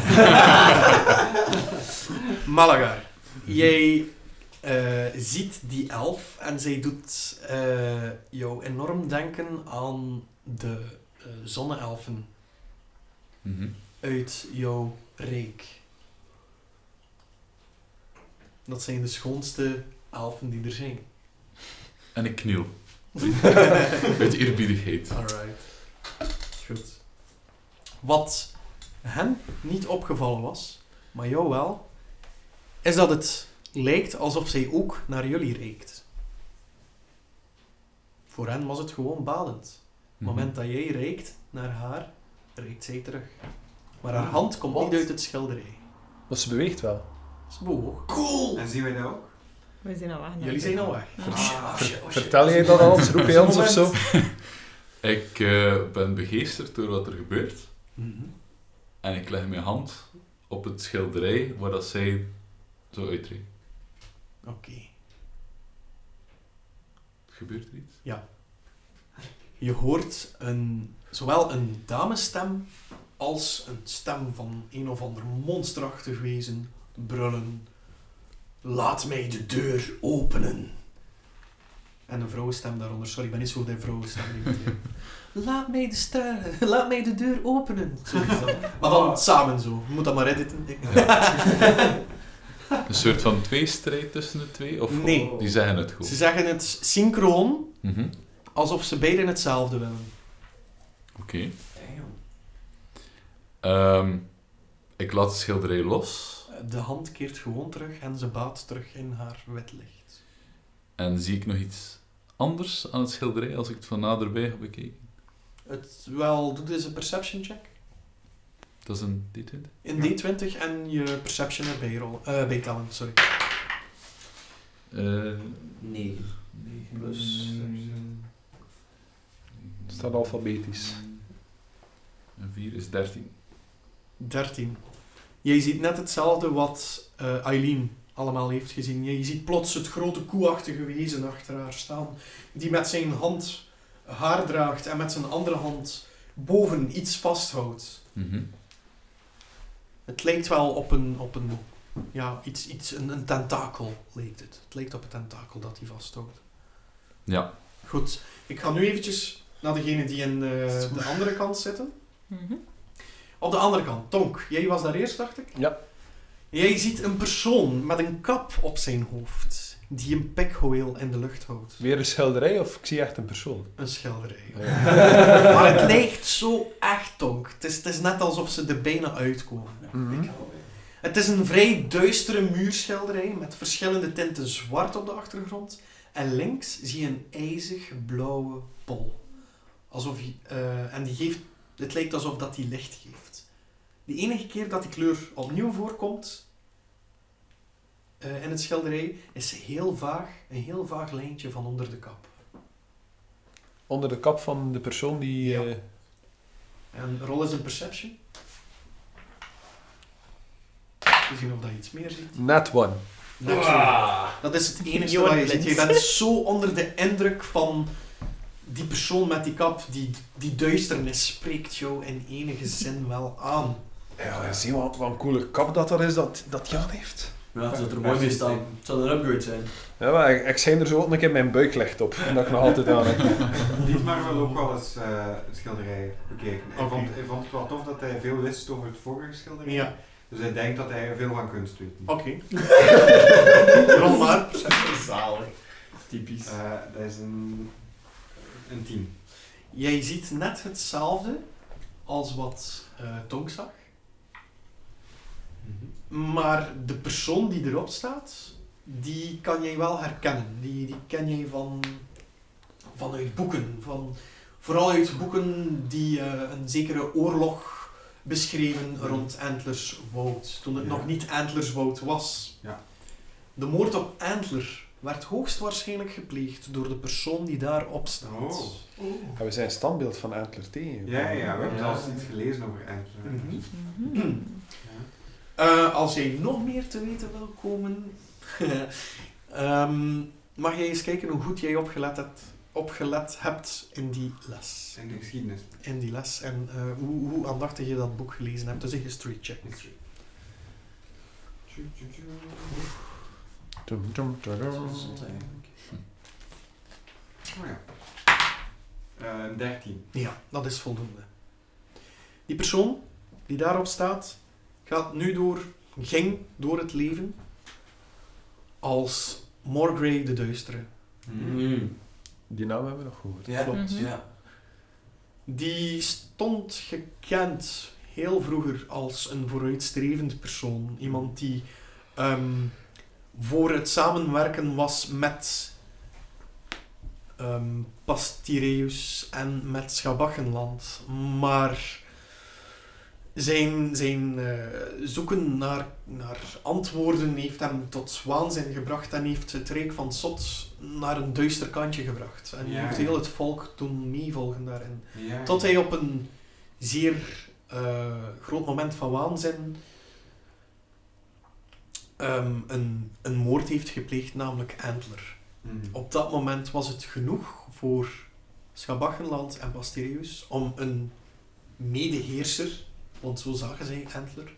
Malagar. Jij uh, ziet die elf en zij doet uh, jou enorm denken aan de uh, zonne-elfen
Mhm.
uit jouw rijk. Dat zijn de schoonste elfen die er zijn.
En ik kniel. Uit eerbiedigheid.
Alright. Goed. Wat hen niet opgevallen was, maar jou wel, is dat het lijkt alsof zij ook naar jullie reikt. Voor hen was het gewoon badend. Op het moment dat jij reikt naar haar, reikt zij terug. Maar haar hand komt
Wat?
niet uit het schilderij.
Maar ze beweegt wel.
Ze bewoog.
Cool!
En zien wij dat ook?
We zijn al weg.
Jullie zijn al weg.
Ah.
Oh, shit, oh, shit, oh, shit.
Vertel jij dat al? Roep je ons of zo?
Ik uh, ben begeesterd door wat er gebeurt.
Mhm.
En ik leg mijn hand op het schilderij waar dat zij zo uitreed.
Oké.
Gebeurt er iets?
Je hoort een, zowel een damesstem als een stem van een of ander monsterachtig wezen brullen. Laat mij de deur openen. En een vrouwenstem daaronder. Sorry, ik ben niet zo goed in vrouwenstem. Laat mij de, sta- Laat mij de deur openen. Zoiets dan. Maar dan samen zo. Je moet dat maar editen. Ik-
Een soort van tweestrijd tussen de twee? Of
Nee.
die zeggen het goed?
Ze zeggen het synchroon,
Mhm.
alsof ze beiden hetzelfde willen.
Oké.
Damn.
Ehm, ik laat het schilderij los.
De hand keert gewoon terug en ze baat terug in haar wit licht.
En zie ik nog iets anders aan het schilderij als ik het van naderbij heb bekeken?
Het, wel, doe dus een perception check.
Dat is een D twintig.
In D twintig en je perception erbij rollen. Eh, bijtellen, sorry.
Eh
negen.
negen
Plus.
Het staat alfabetisch.
En vier is dertien.
dertien. Jij ziet net hetzelfde wat eh, Eileen allemaal heeft gezien. Je ziet plots het grote koeachtige wezen achter haar staan, die met zijn hand haar draagt en met zijn andere hand boven iets vasthoudt.
Mhm.
Het lijkt wel op een, op een, ja, iets, iets, een, een tentakel, lijkt het. Het lijkt op een tentakel dat hij vasthoudt.
Ja.
Goed, ik ga nu eventjes naar degene die in eh, de andere kant zitten.
Mhm.
Op de andere kant, Tonk, jij was daar eerst, dacht ik?
Ja.
Jij ziet een persoon met een kap op zijn hoofd, die een pikhoeel in de lucht houdt.
Weer een schilderij of ik zie echt een persoon?
Een schilderij.
Ja.
Maar het lijkt zo echt, Tonk. Het is, het is net alsof ze er bijna uitkomen.
Mhm.
Het is een vrij duistere muurschilderij met verschillende tinten zwart op de achtergrond. En links zie je een ijzig blauwe bol. Alsof hij, eh, en die geeft, het lijkt alsof dat die licht geeft. De enige keer dat die kleur opnieuw voorkomt, uh, in het schilderij is heel vaag, een heel vaag lijntje van onder de kap.
Onder de kap van de persoon die...
Ja.
Uh...
En rol is een perception. We zien of dat je iets meer ziet.
Net one.
Natural. Dat is het enige wat je ziet. Je bent zo onder de indruk van die persoon met die kap, die, die duisternis spreekt jou in enige zin wel aan.
Ja, zie je wat, wat een coole kap dat dat is, dat, dat Jan heeft.
Ja, het zou er mooi mee staan. Het zou een upgrade zijn.
Ja, maar ik, ik schijn er zo ook een keer mijn buik licht op, en dat ik nog altijd aan heb.
Dietmar wil ook wel eens uh, het schilderij bekijken. Hij,
Okay.
vond, hij vond het wel tof dat hij veel wist over het vorige schilderij.
Ja.
Dus hij denkt dat hij veel van kunst weet.
Oké. Rol maar.
Zalig. Typisch.
Uh, dat is een, een tien.
Jij ziet net hetzelfde als wat uh, Tonk zag.
Mm-hmm.
Maar de persoon die erop staat, die kan jij wel herkennen. Die, die ken jij van, vanuit boeken. Van, vooral uit boeken die uh, een zekere oorlog beschreven rond Antlerswoud. Toen het
Ja.
nog niet Antlerswoud was.
Ja.
De moord op Antler werd hoogstwaarschijnlijk gepleegd door de persoon die daarop staat.
Oh.
Ja, we zijn standbeeld van Antler T.
Ja, ja, we hebben
Ja.
zelfs iets gelezen over Antler.
Mhm.
Mhm.
Uh, als jij nog meer te weten wil komen, um, mag jij eens kijken hoe goed jij opgelet hebt, opgelet hebt in die les.
In de geschiedenis.
In die les en uh, hoe, hoe aandachtig je dat boek gelezen hebt. Dus een history check.
History. Tju, tju, tju.
Tum, tum, tum, tum.
Zot eigenlijk.
Oh ja. Uh, dertien.
Ja, dat is voldoende. Die persoon die daarop staat, gaat nu door, ging door het leven als Morgrey de Duistere.
Mm.
Die naam hebben we nog gehoord.
Ja,
Klopt.
Mhm.
ja.
Die stond gekend heel vroeger als een vooruitstrevend persoon. Iemand die um, voor het samenwerken was met um, Pastireus en met Schabachenland. Maar zijn, zijn uh, zoeken naar, naar antwoorden heeft hem tot waanzin gebracht en heeft het Rijk van Sot naar een duister kantje gebracht. En
Ja,
heeft
ja.
heel het volk doen meevolgen daarin.
Ja.
Tot hij op een zeer uh, groot moment van waanzin um, een, een moord heeft gepleegd, namelijk Antler.
Mhm.
Op dat moment was het genoeg voor Schabachenland en Pastireus om een medeheerser, want zo zagen zij Antler,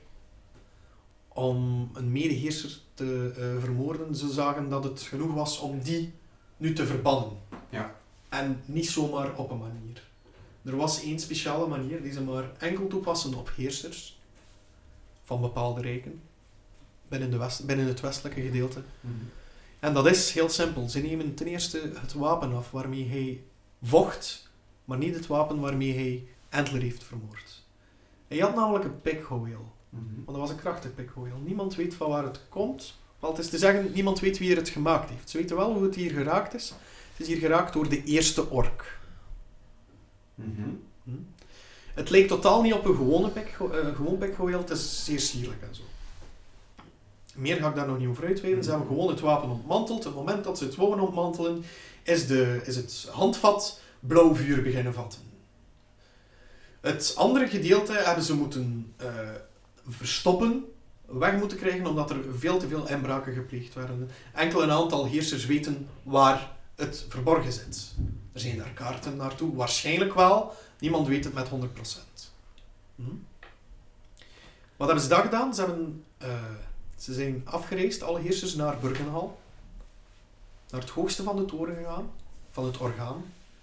om een medeheerser te uh, vermoorden. Ze zagen dat het genoeg was om die nu te verbannen.
Ja.
En niet zomaar op een manier. Er was één speciale manier die ze maar enkel toepassen op heersers van bepaalde rijken binnen, de west, binnen het westelijke gedeelte.
Mhm.
En dat is heel simpel. Ze nemen ten eerste het wapen af waarmee hij vocht, maar niet het wapen waarmee hij Antler heeft vermoord. Hij had namelijk een pikhouweel.
Mhm.
Want dat was een krachtig pikhouweel. Niemand weet van waar het komt. Wel, het is te zeggen, niemand weet wie er het gemaakt heeft. Ze weten wel hoe het hier geraakt is. Het is hier geraakt door de eerste ork.
Mhm.
Hm? Het lijkt totaal niet op een gewone pik, uh, gewoon pikhouweel. Het is zeer sierlijk en zo. Meer ga ik daar nog niet over uitweiden. Ze hebben gewoon het wapen ontmanteld. Op het moment dat ze het wouden ontmantelen, is, de, is het handvat blauw vuur beginnen vatten. Het andere gedeelte hebben ze moeten uh, verstoppen, weg moeten krijgen, omdat er veel te veel inbraken gepleegd werden. Enkel een aantal heersers weten waar het verborgen zit. Er zijn daar kaarten naartoe, waarschijnlijk wel. Niemand weet het met honderd procent. Hm? Wat hebben ze dan gedaan? Ze, hebben, uh, ze zijn afgereisd, alle heersers, naar Burgenhal. Naar het hoogste van de toren gegaan, van het orgaan.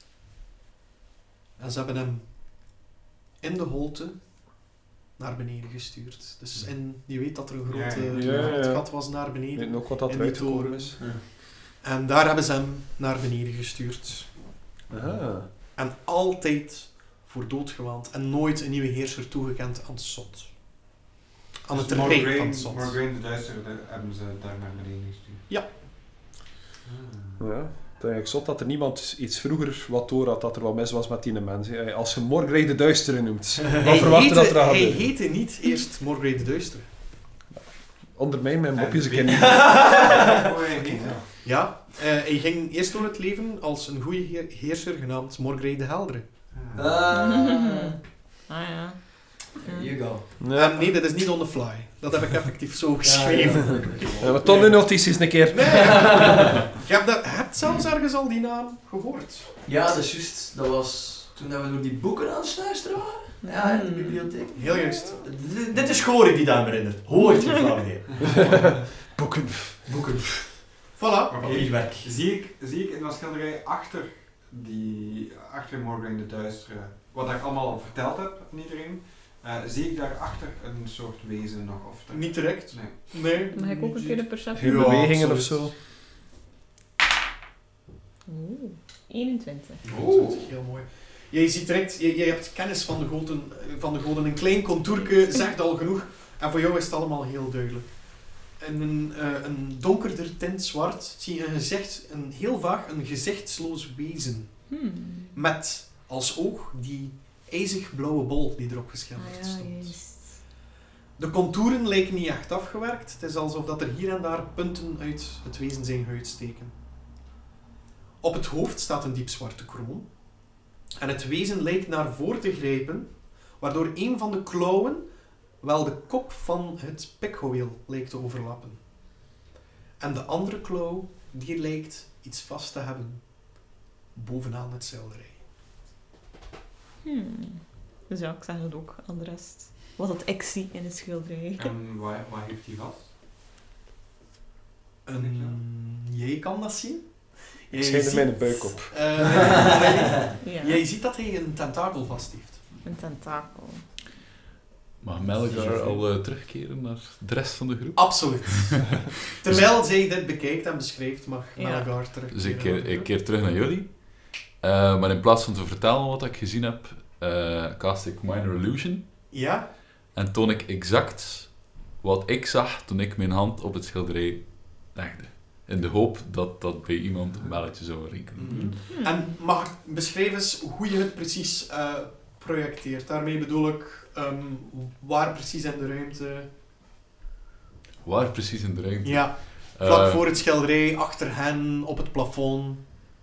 En ze hebben hem in de holte naar beneden gestuurd. Dus in, je weet dat er een grote,
Ja,
ja, ja.
groot gat was naar
Ik
beneden.
weet ook wat dat
In
eruit
die toren.
gekomen is.
En daar hebben ze hem naar beneden gestuurd.
Aha.
En altijd voor dood gewaand. En nooit een nieuwe heerser toegekend aan Sot. Aan het
Dus
rijk
Morgraine-
van Sot.
Morgraine de Duistere daar hebben ze daar naar beneden gestuurd.
Ja.
Ah.
Ja. Het is eigenlijk zot dat er niemand iets vroeger wat door had dat er wat mis was met die mens. hè. Als je Morgrey de Duistere noemt, wat
Hij
verwacht je
heette,
dat er gaat
hij
gebeuren?
heette niet eerst Morgrey de Duistere.
ondermijn mijn mopjes een keer
En-
niet.
Goeie idee.
Ja, uh, hij ging eerst door het leven als een goede heer- heerser genaamd Morgrey de Heldere.
Ah.
Ah,
Ah ja.
there you go.
Ja.
En nee, dat is niet on the fly. Dat heb ik effectief zo geschreven.
Ja, maar toch de notities een keer.
Nee, je hebt, dat, je hebt zelfs ergens al die naam gehoord.
Ja, dat is juist. Dat was toen dat we door die boeken aan het snuisteren waren. Ja, in de bibliotheek.
Heel juist.
D- dit is Gorik die daar me herinnert. Hoort je flauw idee.
Boeken.
Boeken.
Voilà.
Papierwerk.
Zie ik, zie ik in dat schilderij achter die, achter Morgan de Duistere, wat ik allemaal al verteld heb aan iedereen, uh, zie ik daarachter een soort wezen nog? Of dat-
Niet direct.
Nee.
Nee.
Mag ik ook een keer de perceptie?
Geen
Ja,
bewegingen of
absoluut.
zo.
Oeh, eenentwintig.
Oh. Heel mooi. Jij ziet direct, jij, jij hebt kennis van de goden, van de goden. Een klein contourke zegt al genoeg. En voor jou is het allemaal heel duidelijk. In een, uh, een donkerder tint zwart zie je een gezicht, een heel vaag een gezichtsloos wezen.
Hmm.
Met als oog die ijzig blauwe bol die erop
Ah
geschilderd
ja,
stond.
juist.
De contouren lijken niet echt afgewerkt. Het is alsof dat er hier en daar punten uit het wezen zijn huid steken. Op het hoofd staat een diepzwarte kroon. En het wezen lijkt naar voren te grijpen, waardoor een van de klauwen wel de kop van het pikhoeel lijkt te overlappen. En de andere klauw, die lijkt iets vast te hebben bovenaan het schilderij.
Hmm. Dus ja, ik zeg het ook aan de rest. Wat dat ik zie in het schilderij.
En wat, wat heeft hij vast?
Een, jij kan dat zien?
Ik schijt er mijn buik op.
Uh,
Ja,
jij ziet dat hij een tentakel vast heeft.
een tentakel.
Mag Melgar al uh, terugkeren naar de rest van de groep?
Absoluut. Terwijl zij dit bekijkt en beschrijft, mag
Ja.
Melgar terug.
Dus ik keer, ik keer terug naar jullie. Uh, maar in plaats van te vertellen wat ik gezien heb, uh, cast ik Minor Illusion.
Ja?
En toon ik exact wat ik zag toen ik mijn hand op het schilderij legde. In de hoop dat dat bij iemand een belletje zou rinkelen.
Mhm.
Hmm.
En mag ik beschrijven eens hoe je het precies uh, projecteert? Daarmee bedoel ik um, waar precies in de ruimte.
Waar precies in de ruimte?
Ja, vlak
Uh,
voor het schilderij, achter hen, op het plafond.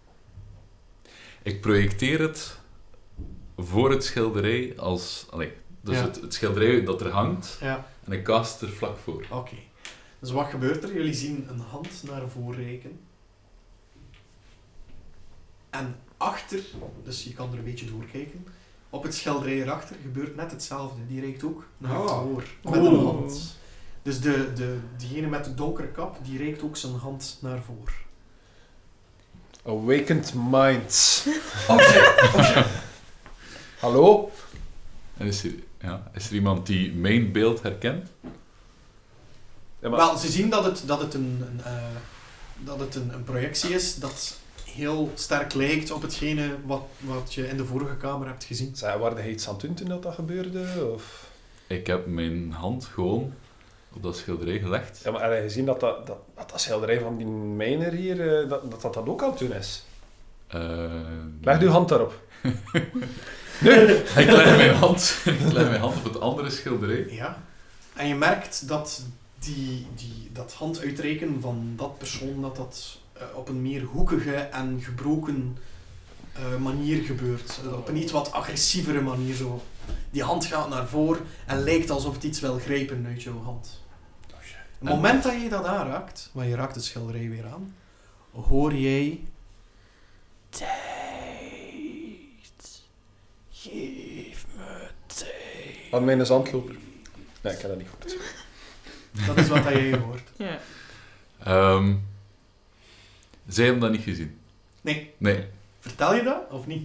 Ik projecteer het voor het schilderij als... Allee, dus
Ja.
het, het schilderij dat er hangt,
Ja,
en ik cast er vlak voor.
oké. Dus wat gebeurt er? Jullie zien een hand naar voren reiken. En achter, dus je kan er een beetje doorkijken, op het schilderij erachter gebeurt net hetzelfde. Die reikt ook naar
Oh.
voren met
Oeh.
een hand. Dus de, de, diegene met de donkere kap, die reikt ook zijn hand naar voren.
Awakened Minds.
Oh shit, oh shit.
Hallo?
En is er, ja, is er iemand die mijn beeld herkent?
Ja, maar-
Wel, ze zien dat het, dat het, een, een, uh, dat het een, een projectie is dat heel sterk lijkt op hetgene wat, wat je in de vorige kamer hebt gezien.
Zij, waren hij iets aan het doen toen dat, dat gebeurde? Of?
Ik heb mijn hand gewoon op dat schilderij gelegd.
Ja, maar heb je gezien dat dat, dat, dat, dat schilderij van die mijner hier, eh, dat, dat dat dat ook aan het doen is?
Uh,
Leg uw hand daarop.
ik leg mijn hand, ik leg mijn hand op het andere schilderij.
Ja. En je merkt dat die, die, dat handuitreiken van dat persoon, dat dat uh, op een meer hoekige en gebroken uh, manier gebeurt. Uh, op een iets wat agressievere manier zo. Die hand gaat naar voren en lijkt alsof het iets wil grijpen uit jouw hand. Op het moment dat je dat aanraakt, want je raakt het schilderij weer aan, hoor jij... Tijd. Geef me tijd.
Aan mijn zandloper. Nee, ik heb dat niet goed.
Dat is wat jij hoort.
Ja.
Um, zij hebben dat niet gezien.
Nee.
Nee.
Vertel je dat, of niet?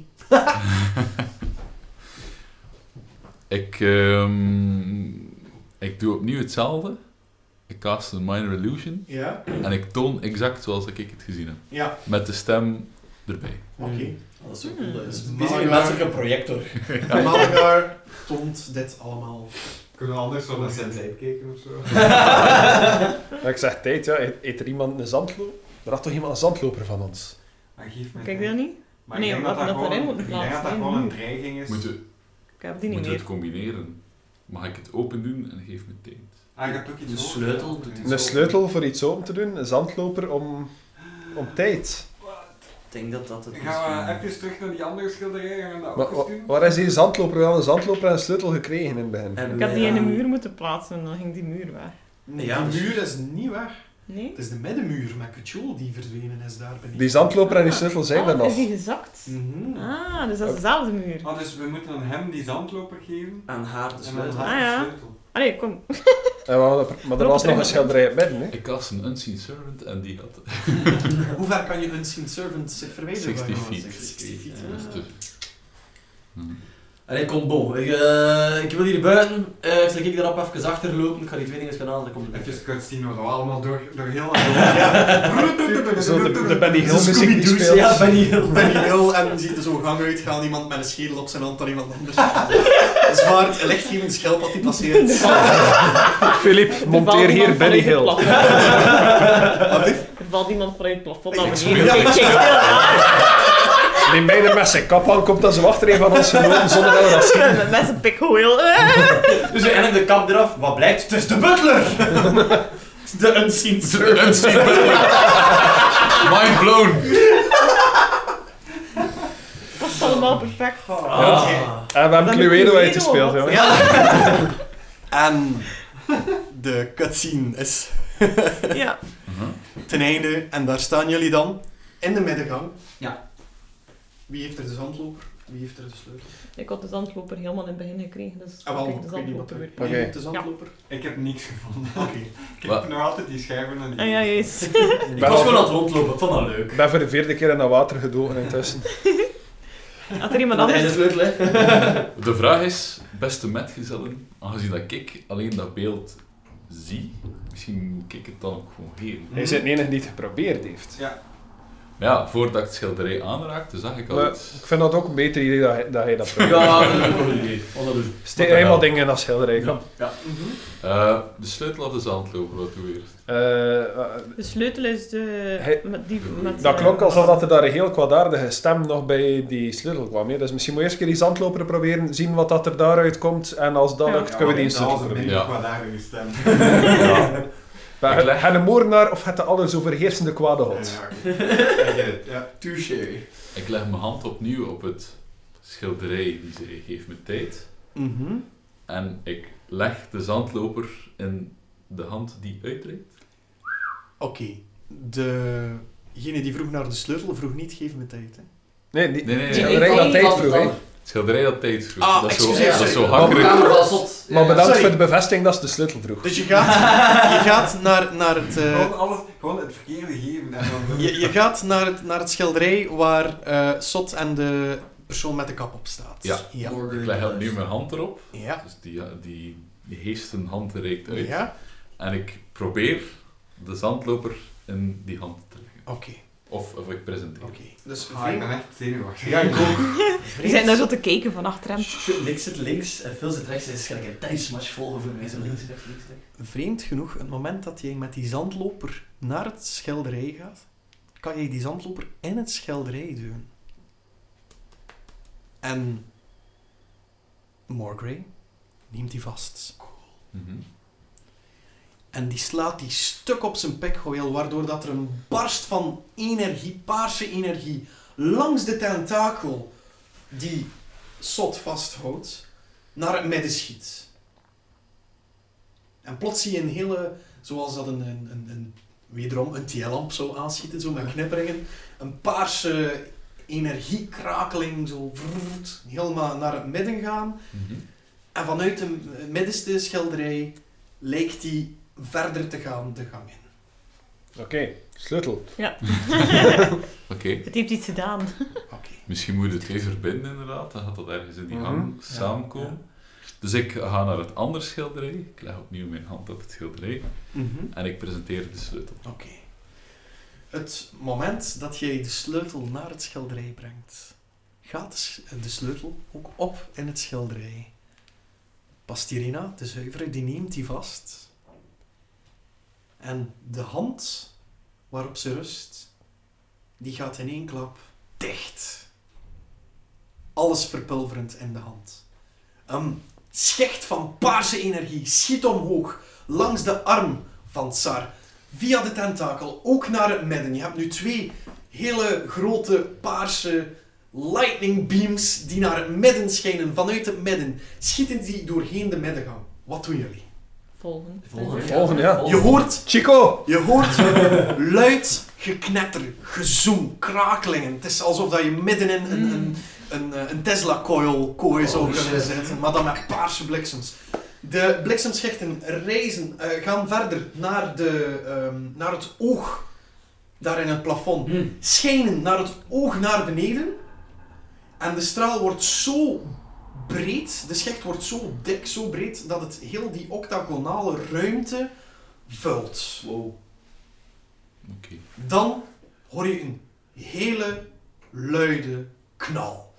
Ik, um, ik doe opnieuw hetzelfde. Ik cast een Minor Illusion.
Ja.
En ik toon exact zoals ik het gezien heb.
Ja.
Met de stem erbij.
Oké. Okay.
Dat is zo cool. Dat is
Hmm.
basically een menselijke projector.
Malagar toont dit allemaal.
Kunnen we anders zo naar Sensei kijken of zo?
Maar ik zeg tijd, ja. Eet er iemand een zandloper? Er had toch iemand een zandloper van ons?
Maar geef me
Kijk
tijd.
dat niet?
Maar
Nee,
ik denk
wat
dat dat
dat erin
gewoon,
moet
ik denk dat dat
plaatsen,
gewoon een
hè.
dreiging is.
Moeten,
Ik heb die niet
moeten we
meer.
het combineren? Mag ik het open doen en geef me tijd?
Ah, je hebt ook iets
Een
over.
sleutel doet iets
Een sleutel voor iets open te doen, een zandloper om, om tijd.
Ik denk dat dat het
Gaan we
misschien-
even terug naar die andere schilderij en dat
Maar
ook
wa-
eens doen?
waar is die zandloper? We hadden een zandloper en een sleutel gekregen in het begin.
En
Ik had die in
wij
de
gaan-
muur moeten plaatsen en dan ging die muur weg.
Nee,
Ja,
die
dus-
muur is niet weg.
Nee?
Het is de middenmuur met Cthulhu die verdwenen is daar beneden.
Die zandloper en die sleutel zijn
Ah,
er nog.
Is die gezakt?
Mhm.
Ah, dus dat is dezelfde muur.
Ah, dus we moeten aan hem die zandloper geven.
Aan haar de
En dan
sleutel.
haar
Ah, ja.
de sleutel.
Allee, kom.
En we hadden- maar er was nog een schilderij in het midden. Hè?
Ik was een unseen servant en die had
Hoe ver kan je Unseen Servant zich verwijderen?
zestig
van jou?
feet.
zestig feet,
Ja.
ja.
Dus te- Hm.
Allee, kom, bon. Ik, uh, ik wil hier buiten. Uh, zal ik daarop even achterlopen? Ik ga die twee dingen gaan aan, dan komt het
Even
weg.
cutscene waar we allemaal door, door heel lang
Zo, de, de Benny Hill
Zo
muziek die
Scooby-Doo's,
speelt.
Ja, Benny Hill.
Benny Hill en je ziet er zo'n gang uitgaan, iemand met een schedel op zijn hand aan iemand anders. Een zwaard, een lichtgevend schelpad die passeert.
Filip, monteer hier Benny Hill.
Alsjeblieft.
Er valt iemand vanuit het plafond naar
Ja,
beneden.
ja.
Kijk, kijk, heel raar.
Die meiden met zijn kap aan komt dan zo achter een van ons genoten zonder dat we dat zien.
Met met zijn pikhoeel.
Dus we eindigen de kap eraf. Wat blijkt? Het is de butler! De Unseen Servant.
Unseen servant. Mind blown.
Dat is allemaal perfect.
Ah.
En we hebben
Dan
Cluedo
Cluedo,
uitgespeeld,
wat?
jongen.
Ja.
En de cutscene is
Ja.
ten einde en daar staan jullie dan in de middengang.
Ja.
Wie heeft er de zandloper? Wie heeft er de sleutel?
Ik had de zandloper helemaal in het begin gekregen, dus
Ah, wel,
kijk, de
ik weet niet wat
zandloper
er...
weer.
Wie
Oké.
heeft de zandloper?
Ik heb niks gevonden.
Oké.
Ik
Wat?
heb nog altijd die schijven en die...
Ah ja, juist.
Ik was gewoon aan het rondlopen. Ik vond dat leuk.
Ik ben voor de vierde keer in dat water gedoken intussen.
Had er iemand
Dat is de
anders...
sleutel, hè.
De vraag is, beste metgezellen, aangezien dat ik alleen dat beeld zie, misschien moet ik het dan ook gewoon geven.
Hij is het enige die het geprobeerd heeft.
Ja.
Maar ja, voordat ik het schilderij aanraakte, zag ik al
Maar
iets.
ik vind dat ook een beter idee dat hij dat, hij dat probeert.
Ja, dat is ook wel een idee. Wat dat doen.
Steek eenmaal dingen in dat schilderij. Kom.
Ja.
Eh, de sleutel of de zandloper, wat doe je eerst?
Eh,
De sleutel is de...
Hij-
met die, met
dat
de-
klonk alsof dat er daar een heel kwaadaardige stem nog bij die sleutel kwam. Hè? Dus misschien moet je eerst een keer die zandloper proberen, zien wat dat er daaruit komt. En als dat
Ja.
lukt, kunnen we die
dat
sleutel
was een
proberen.
beetje
Ja.
kwaadaardige stem.
Ja. Maar
Ik leg-
het een moordenaar of het de alles overheersende kwade god?
Ja, oké. I get it, ja.
Touché.
Ik leg mijn hand opnieuw op het schilderij die ze geeft me tijd.
Mhm.
En ik leg de zandloper in de hand die uitreikt.
Oké. Degene die vroeg naar de sleutel vroeg niet, geef me tijd. Hè.
Nee, die,
Nee, nee, nee.
het schilderij dat tijd vroeg. Hè?
Het schilderij dat tijd vroeg.
Ah,
dat is zo,
excuseer,
dat is zo
sorry.
hakkerig.
Kamer van zot.
Maar bedankt
sorry.
voor de bevestiging dat ze de sleutel vroeg.
Dus je gaat, je gaat naar, naar het... eh,
Gewoon, alles, gewoon het verkeerde geven. En dan
je, je gaat naar het, naar het schilderij waar eh Sot en de persoon met de kap op staat.
Ja.
Ja.
Ik leg opnieuw mijn hand erop.
Ja.
Dus die, die, die heeft een hand reikt uit.
Ja.
En ik probeer de zandloper in die hand te leggen.
Oké.
Of, of ik presenteer.
Oké. Dus
Ah, ik
vreemd...
ben echt zenuwachtig.
Ja, ik ook.
Die zijn daar zo te kijken van achter hem.
Niks zit links en veel zit rechts. Het is gelijk een tennismatch volgen voor mij. Zo links, rechts, links, rechts.
Vreemd genoeg, het moment dat jij met die zandloper naar het schilderij gaat, kan je die zandloper in het schilderij duwen. En Morgrey neemt die vast.
Mhm.
En die slaat die stuk op zijn pikhoeel, waardoor dat er een barst van energie, paarse energie, langs de tentakel die Sot vasthoudt, naar het midden schiet. En plots zie je een hele, zoals dat een, een, een, een wederom een T L-lamp zou aanschieten, zo met knipperingen, een paarse energiekrakeling, zo vrrrt, helemaal naar het midden gaan.
Mhm.
En vanuit de middenste schilderij lijkt die verder te gaan de gang in.
Oké, sleutel.
Oké.
Het heeft iets gedaan.
Oké.
Misschien moet je de twee verbinden inderdaad. Dan gaat dat ergens in die gang
Mhm.
samenkomen. Dus ik ga naar het andere schilderij. Ik leg opnieuw mijn hand op het schilderij.
Mhm.
En ik presenteer de sleutel.
Oké. Het moment dat jij de sleutel naar het schilderij brengt, gaat de, sch- de sleutel ook op in het schilderij. Pastirina, de zuivere, die neemt die vast. En de hand waarop ze rust, die gaat in één klap dicht. Alles verpulverend in de hand. Een schicht van paarse energie schiet omhoog, langs de arm van Tsar, via de tentakel, ook naar het midden. Je hebt nu twee hele grote paarse lightning beams die naar het midden schijnen. Vanuit het midden schieten die doorheen de middengang. Wat doen jullie?
Volgen.
Volgende.
Volgende, ja.
Je hoort,
Chico!
je hoort luid geknetter, gezoem, krakelingen. Het is alsof dat je midden in een, een, een, een, een Tesla-coil kooi zou kunnen zitten, maar dan met paarse bliksems. De bliksemschichten reizen, uh, gaan verder naar, de, um, naar het oog, daar in het plafond.
Hm.
Schijnen naar het oog naar beneden. En de straal wordt zo breed, de schicht wordt zo dik, zo breed, dat het heel die octagonale ruimte vult.
Wow.
Oké.
Dan hoor je een hele luide knal.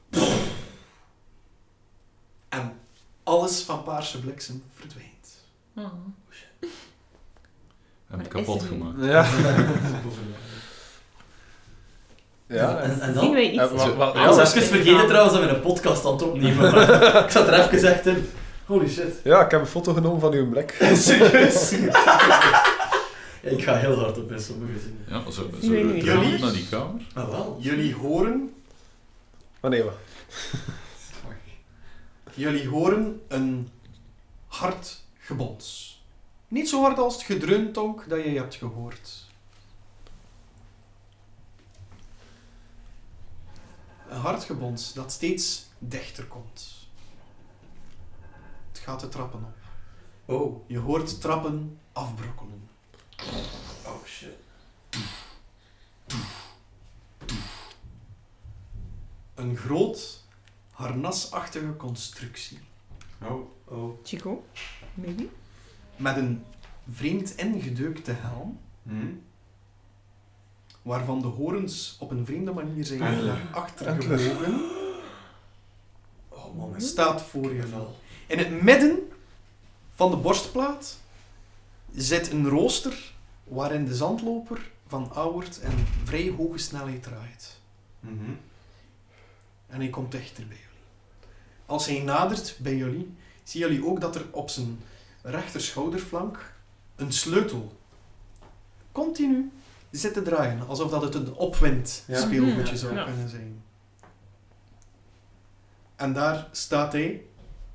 En alles van paarse bliksem verdwijnt.
Oh.
We hebben het
Maar is
kapot
er nu-
gemaakt.
Ja. Ja,
en, en
Zien
dan?
wij iets?
Eh, wa- wa-
Ik
ja,
was
was-
even vergeten trouwens dat we een podcast aan het opnemen waren. Ik zat er even echt in. Holy shit.
ja, ik heb een foto genomen van uw blik.
Serieus? Ja, ik ga heel hard op in sommige zinnen.
Ja, zo,
Zien
zo
wij niet
terug
jullie?
naar die kamer.
Ah wel.
Jullie horen,
Maar nee, wat?
jullie horen een hard gebons. Niet zo hard als het gedreuntonk dat je hebt gehoord. Een hard gebons dat steeds dichter komt. Het gaat de trappen op.
Oh.
Je hoort trappen afbrokkelen.
Oh shit.
Een groot, harnasachtige constructie.
Oh.
Oh.
Chico? Maybe?
Met een vreemd ingedeukte helm,
Hm?
waarvan de horens op een vreemde manier zijn
Antler.
naar achter
Antler.
gebogen,
Oh man.
staat voor je wel. In het midden van de borstplaat zit een rooster waarin de zandloper van Auwert een vrij hoge snelheid draait.
Mhm.
En hij komt dichter bij jullie. Als hij nadert bij jullie, zien jullie ook dat er op zijn rechter schouderflank een sleutel continu zit te draaien. Alsof dat het een opwind
Ja.
speelgoedje
Mhm.
zou
Ja.
kunnen zijn. En daar staat hij.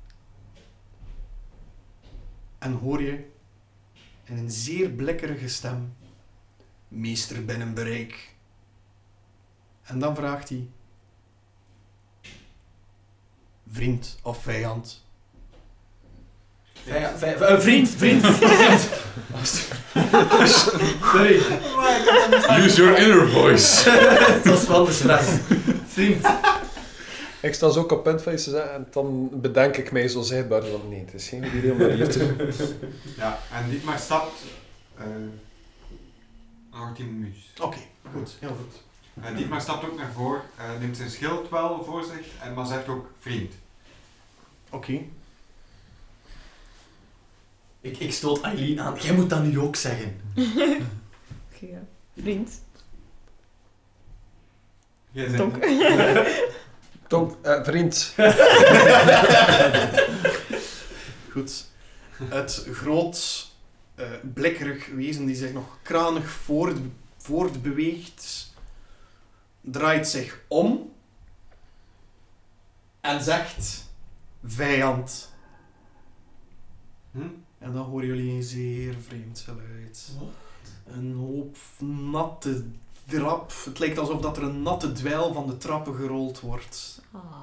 En hoor je in een zeer blikkerige stem: Meester binnen bereik. En dan vraagt hij: Vriend of vijand?
Vij- vij- vij- vriend, vriend. vriend. Sorry.
Use your inner voice.
Het was wel de stress. Vriend.
Ik sta zo op punt van iets te zeggen en dan bedenk ik mij zo zichtbaar van nee, het is geen idee om dat hier te doen.
Ja, en Dietmar stapt uh, Artemus.
Oké, goed, heel goed.
Uh, Dietmar stapt ook naar voren, uh, neemt zijn schild wel voor zich, en maar zegt ook vriend.
Oké.
Ik, ik stoot Eileen aan. Jij moet dat nu ook zeggen.
Oké, ja. Vriend.
Jij zegt
Tonk.
Tom, eh, vriend.
Goed. Het groot, eh, blikkerig wezen die zich nog kranig voort, voortbeweegt, draait zich om en zegt: vijand.
Hm?
En dan horen jullie een zeer vreemd geluid. Een hoop natte drap. Het lijkt alsof dat er een natte dweil van de trappen gerold wordt.
Ah.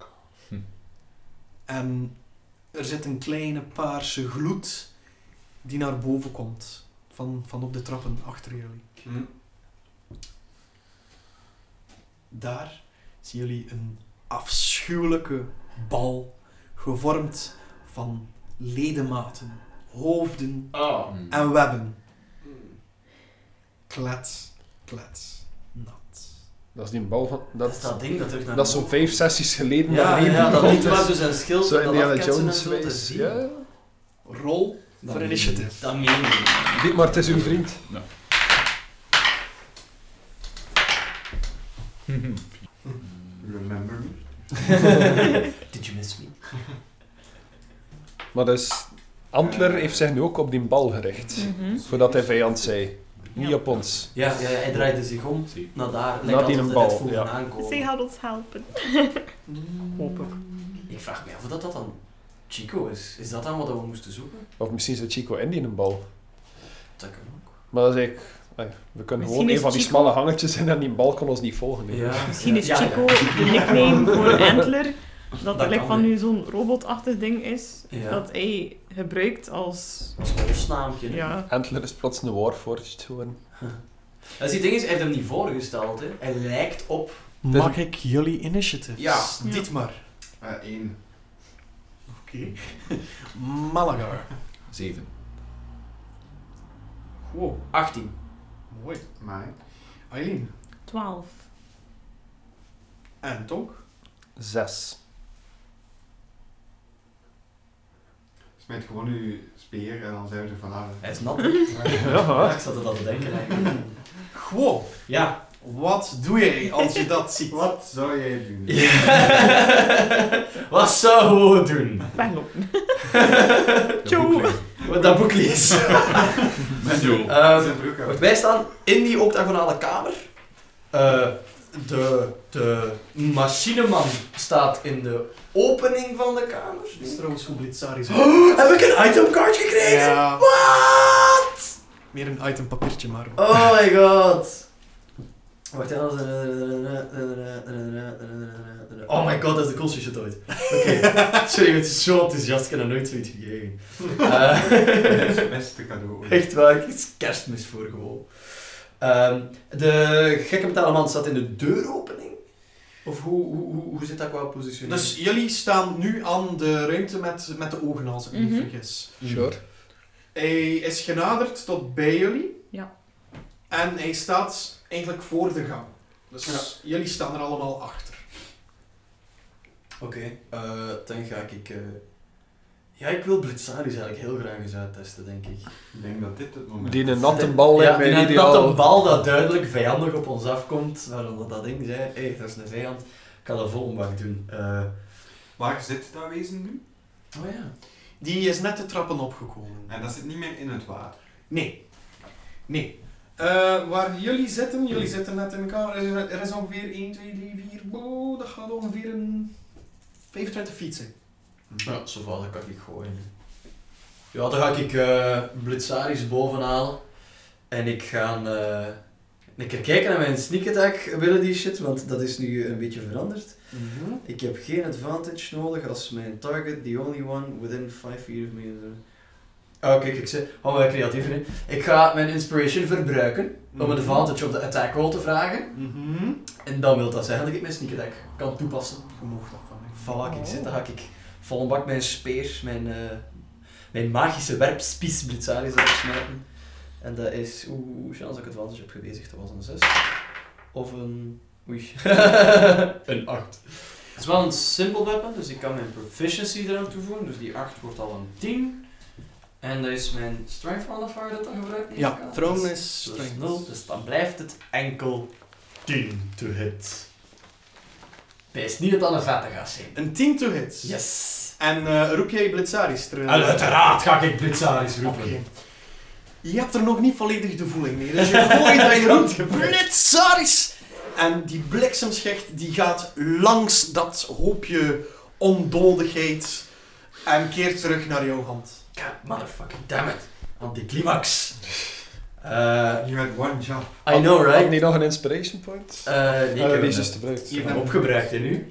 En er zit een kleine paarse gloed die naar boven komt. Van, van op de trappen achter jullie.
Hm?
Daar zien jullie een afschuwelijke bal, gevormd van ledematen, hoofden
Ah.
en webben. Klets, klets, nat.
Dat is die bal van...
Dat is
Dat,
dat ding dat terug naar
dat is zo'n vijf sessies geleden.
Ja,
dat
ja, ja, dat
niet
niet maar dus een schild.
Zo
dat
Indiana
afketsen en
Jones
zo te
wijs.
zien.
Ja.
Rol
Dat
voor
meen
initiative.
je. Dat meen je.
Dit maar, het is uw vriend.
Remember me?
Did you miss me?
Maar dat is Antler heeft zich nu ook op die bal gericht.
Mhm.
Voordat hij vijand zei. Niet
Ja.
op ons.
Ja, ja, hij draaide zich om naar daar.
Naar die
een
bal,
voelde
ja.
aankomen.
Zij gaat ons helpen. Hoop ik.
Ik vraag me af of dat, dat dan Chico is. Is dat dan wat we moesten zoeken?
Of misschien zit Chico in die bal.
Dat kan ook.
Maar dat is eigenlijk... ah ja, we kunnen
Misschien
gewoon een
is
van die
Chico-
smalle hangertjes in en die bal kon ons niet volgen. hè.
Ja.
Misschien is
Ja, ja.
Chico de nickname voor Antler. Dat
Dat
er like,
kan,
van
hè.
nu zo'n robotachtig ding is.
Ja.
Dat hij gebruikt als...
Als holsnaamje.
Ja.
Antler is plots een Warforged geworden.
Dus die ding is, hij heeft hem niet voorgesteld. Hè. Hij lijkt op...
Mag ik jullie initiatives?
Ja.
Dit maar.
Uh, één.
Oké. Malagar.
Zeven.
Wow,
achttien.
mooi.
Maar
Eileen.
twaalf.
En Tonk.
Zes.
smijt gewoon uw speer en dan zijn we er vanaf.
Hij is nat. hè. Ja, ik zat er al te denken. Hè.
Gewoon.
Ja.
Wat doe jij als je dat ziet?
Wat zou jij doen?
Wat zou we doen?
Weglopen.
Tjoe!
Wat dat boek lees.
Met jou.
Ehm,
Zijn broek uit.
Wacht, wij staan in die octagonale kamer. Eh, de, de machineman staat in de opening van de kamer.
Dat is trouwens goed Blitzaris.
Oh, heb ik een itemcard gekregen?
Ja,
Wat?
meer een itempapiertje maar.
Oh my god. Wacht, ja, dat is... Oh my god, dat is de coolste shit ooit. Oké, sorry, het is zo enthousiast, ik heb nog nooit zoiets gekregen. Eh,
Dat is het beste cadeau ooit.
Echt waar, ik is kerstmis voor gewoon. Ehm, de gekke metalen man staat in de deuropening? Of hoe, hoe, hoe, hoe zit dat qua positionering?
Dus jullie staan nu aan de ruimte met, met de ogen, als ik me niet
Mhm.
vergis.
Sure.
Hij is genaderd tot bij jullie.
Ja.
En hij staat eigenlijk voor de gang. Dus jullie staan er allemaal achter.
Oké, eh, dan ga ik... eh, Ja, ik wil Blitzaris eigenlijk heel graag eens uittesten, denk ik.
Ik denk dat dit het moment
Die
is.
een natte bal
ja,
lijkt mij
die een
ideaal.
natte bal dat duidelijk vijandig op ons afkomt, waaronder dat ding zei, hé, hey, dat is een vijand, ik kan dat vol bak doen. Eh,
Waar zit dat wezen nu?
oh ja.
Die is net de trappen opgekomen.
En dat zit niet meer in het water.
Nee. Nee. Eh, waar jullie zitten, jullie zitten net in de kamer. Er is, er is ongeveer één, twee, drie, vier. Boh, dat gaat ongeveer een vijfentwintig feet zijn.
Ja, zo va, dat kan ik gooien. Ja, dan ga ik uh, Blitzaris bovenhalen. En ik ga uh, een keer kijken naar mijn sneak attack ability shit, want dat is nu een beetje veranderd.
Mm-hmm.
Ik heb geen advantage nodig als mijn target, the only one within five feet of me is. Oh, kijk, ik zeg, oh, wij creatief in. Ik ga mijn inspiration verbruiken om een advantage op de attack roll te vragen.
Mm-hmm.
En dan wil dat zeggen dat ik mijn sneak attack kan toepassen.
Je mocht dat van mij.
Voilà, kijk, zit, dan ga ik vol een bak mijn speer, mijn, uh, mijn magische werpspies Blitzaris uitsmijten. En dat is, oeh, chance dat ik advantage heb gewezen, dat was een zes. Of een, oei, een acht. Het is wel een simple weapon, dus ik kan mijn proficiency eraan toevoegen, dus die acht wordt al een tien. En dat is mijn strength modifier dat dan gebruikt neem
Ja,
ik aan.
thrown
Dus-
is
dus
strength.
nul, dus dan blijft het enkel tien to hit. Wees niet dat het aan een vette gaat zijn.
Een tien to hit.
Yes!
En uh, roep jij Blitzaris terug?
Uiteraard ga ik Blitzaris roepen.
Oké. Je hebt er nog niet volledig de voeling mee, dus je gooit en je roept Blitzaris! En die bliksemschicht die gaat langs dat hoopje ondodigheid en keert terug naar jouw hand.
God, motherfucking damn it. Anticlimax. Uh,
You had one job.
I know,
Had
right?
niet nog een inspiration point?
Uh, nee, ik
Ah,
heb
die
hem
is dus
net-
gebruikt.
ik heb hem opgebruikt hè, nu.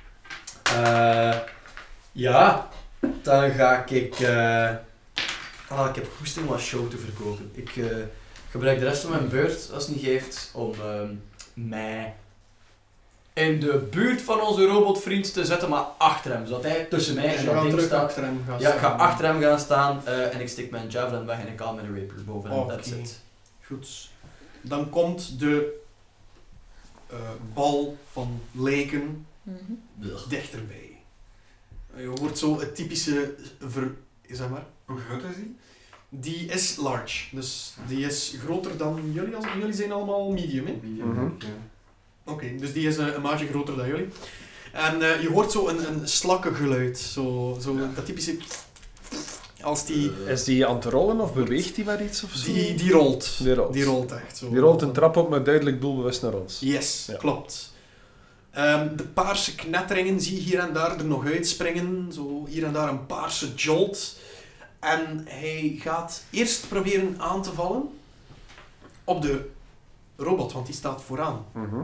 Uh, ja, dan ga ik... Uh, ah, ik heb goesting om wat show te verkopen. Ik uh, gebruik de rest van mijn beurt, als het niet geeft, om um, mij in de buurt van onze robotvriend te zetten, maar achter hem, zodat hij tussen mij
Dus
en
je
dat
gaat
ding
terug
staat.
achter hem gaan
Ja, ik ga
staan.
achter hem gaan staan uh, en ik stik mijn javelin weg en ik haal mijn rapier boven hem.
Oké.
That's it.
Goed. Dan komt de uh, bal van lijken
Mhm.
Blech.
dichterbij. Je hoort zo het typische ver... Zeg maar.
Hoe groot is die?
Die is large. Dus die is groter dan jullie. Als, jullie zijn allemaal medium, hè?
Mhm.
Ja.
Oké, dus die is uh, een maatje groter dan jullie. En uh, je hoort zo een, een slakkengeluid. Zo, zo dat typische... Als die,
Is die aan het rollen of beweegt die maar iets of zo?
die, die rolt.
Die rolt.
Die rolt echt zo.
Die rolt een trap op met duidelijk doelbewust naar ons.
Yes,
Ja.
klopt. Ehm, de paarse knetteringen zie je hier en daar er nog uitspringen. Zo hier en daar een paarse jolt. En hij gaat eerst proberen aan te vallen op de robot, want die staat vooraan.
Mhm.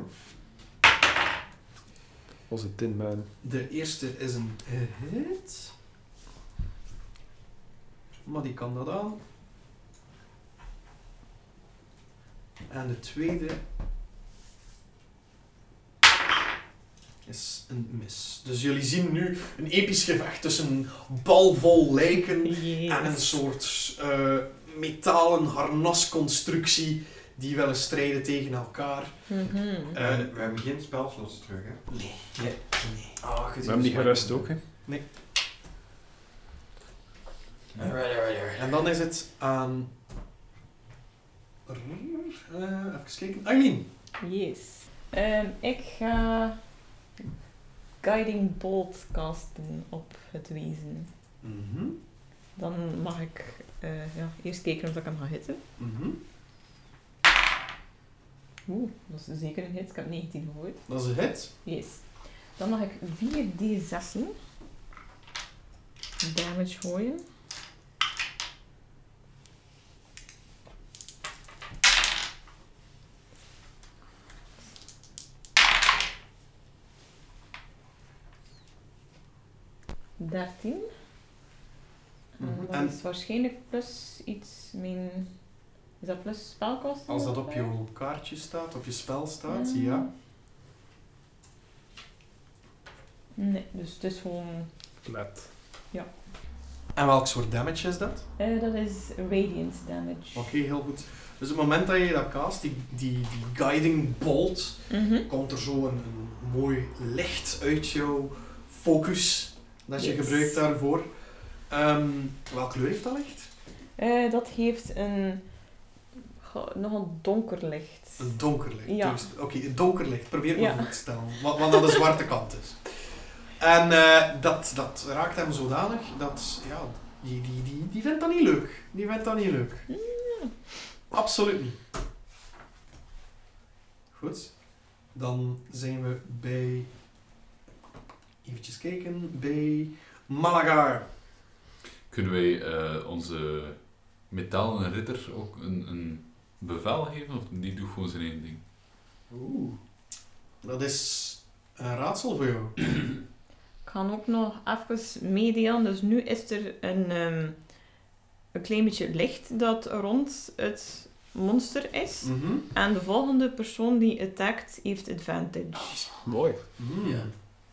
Onze Tin Man.
De eerste is een hit. Maar die kan dat aan. En de tweede is een mis. Dus jullie zien nu een episch gevecht tussen een bal vol lijken
Yes.
en een soort eh, metalen harnasconstructie die wel eens strijden tegen elkaar.
Mhm.
Eh,
we hebben geen spelslots terug, hè?
nee, nee, nee. Ah,
We hebben die gerust ook, hè.
Alright, alright, alright. En dan is het aan... Uh, even kijken. Eileen.
Yes. Ehm, ik ga Guiding Bolt casten op het wezen.
Mhm.
Dan mag ik eh, ja, eerst kijken of ik hem ga hitten.
Mhm.
Oeh, dat is zeker een hit. Ik heb negentien gegooid.
Dat is een hit.
Yes. Dan mag ik vier d zes'en damage gooien. dertien.
Mhm.
En dat
En-
is waarschijnlijk plus iets mijn... Is dat plus spelkosten?
Als dat op
of
je kaartje staat, op je spel staat,
Mm.
ja.
Nee, dus het is gewoon...
Flat.
En welk soort damage is dat?
eh, dat is radiant damage.
Oké, heel goed. Dus op het moment dat je dat cast, die, die, die guiding bolt,
Mhm.
komt er zo een, een mooi licht uit jouw focus dat je
Yes.
gebruikt daarvoor. Ehm welke kleur heeft dat licht?
Eh, dat heeft een... goh, nog een donker licht.
Een donker licht.
Ja.
Dus, Oké, een donker licht. Probeer me
Ja.
voor te stellen. Wat, wat aan de zwarte kant is. En eh, dat, dat raakt hem zodanig dat... Ja, die, die, die, die vindt dat niet leuk. Die vindt dat niet leuk. Absoluut niet. Goed. Dan zijn we bij... Even kijken. Bij Malagar.
Kunnen wij eh, onze metalen ridder ook een, een bevel geven? Of die doet gewoon zijn eigen ding?
Oeh. Dat is een raadsel voor jou.
Ik ga ook nog even meedelen. Dus nu is er een, ehm, een klein beetje licht dat rond het monster is.
Mhm.
En de volgende persoon die attackt heeft advantage.
Mooi.
Mm.
Ja.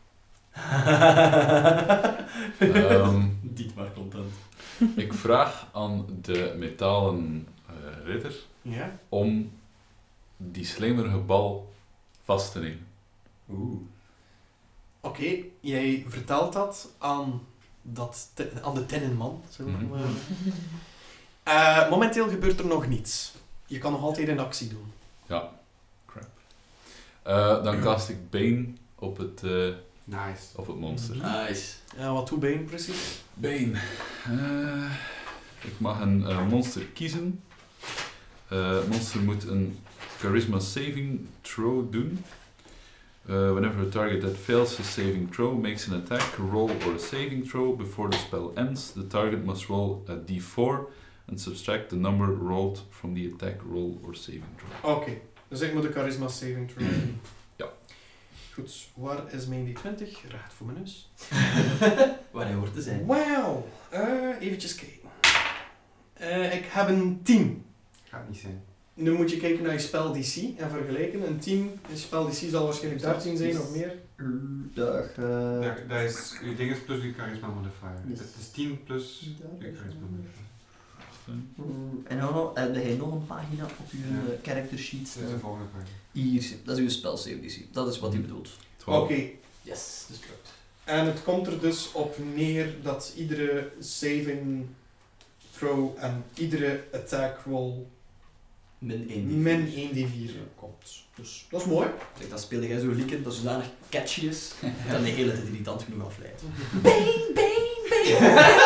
Ehm,
Niet maar content.
ik vraag aan de metalen eh, ridder
Ja.
om die slijmerige bal vast te nemen.
Oeh.
Oké, jij vertelt dat aan, dat te- aan de tinnenman. Zullen we
Mhm.
maar- Eh, momenteel gebeurt er nog niets. Je kan nog altijd een actie doen.
Ja, crap. Eh, dan cast ik Bane op het, eh,
Nice.
op het monster.
Nice.
Ja, wat doe Bane precies?
Bane. Eh, ik mag een eh, monster kiezen. Eh, het monster moet een charisma saving throw doen. Uh, whenever a target that fails his saving throw makes an attack, roll, or a saving throw before the spell ends, the target must roll a d four and subtract the number rolled from the attack, roll, or saving throw.
Oké, dus ik moet de charisma saving throw doen.
Ja.
Goed, waar is mijn d twintig? Raad voor mijn neus.
Waar hij hoort te zijn.
Wauw, uh, eventjes kijken. Eh, ik heb een tien.
Gaat niet zijn.
Nu moet je kijken naar je spel D C en vergelijken. Een tien, je spel D C zal waarschijnlijk dertien zijn of meer.
Dag. eh,
Dat, dat is, je ding is plus je charisma modifier.
Yes.
Het is tien plus je charisma modifier.
mm, En dan nog, heb jij nog een pagina op je
Ja.
eh, character sheet
Dat is de
staan?
volgende pagina.
Hier, dat is uw spel save D C. Dat is wat hij bedoelt.
Oké,
Yes, dus klopt.
en het komt er dus op neer dat iedere saving throw en iedere attack roll
Min één.
min één d vier komt. Dus dat is mooi.
Kijk, dan speelde jij zo lieken dat zodanig catchy is, dat de hele tijd irritant genoeg afleidt.
Bang, bang, bang.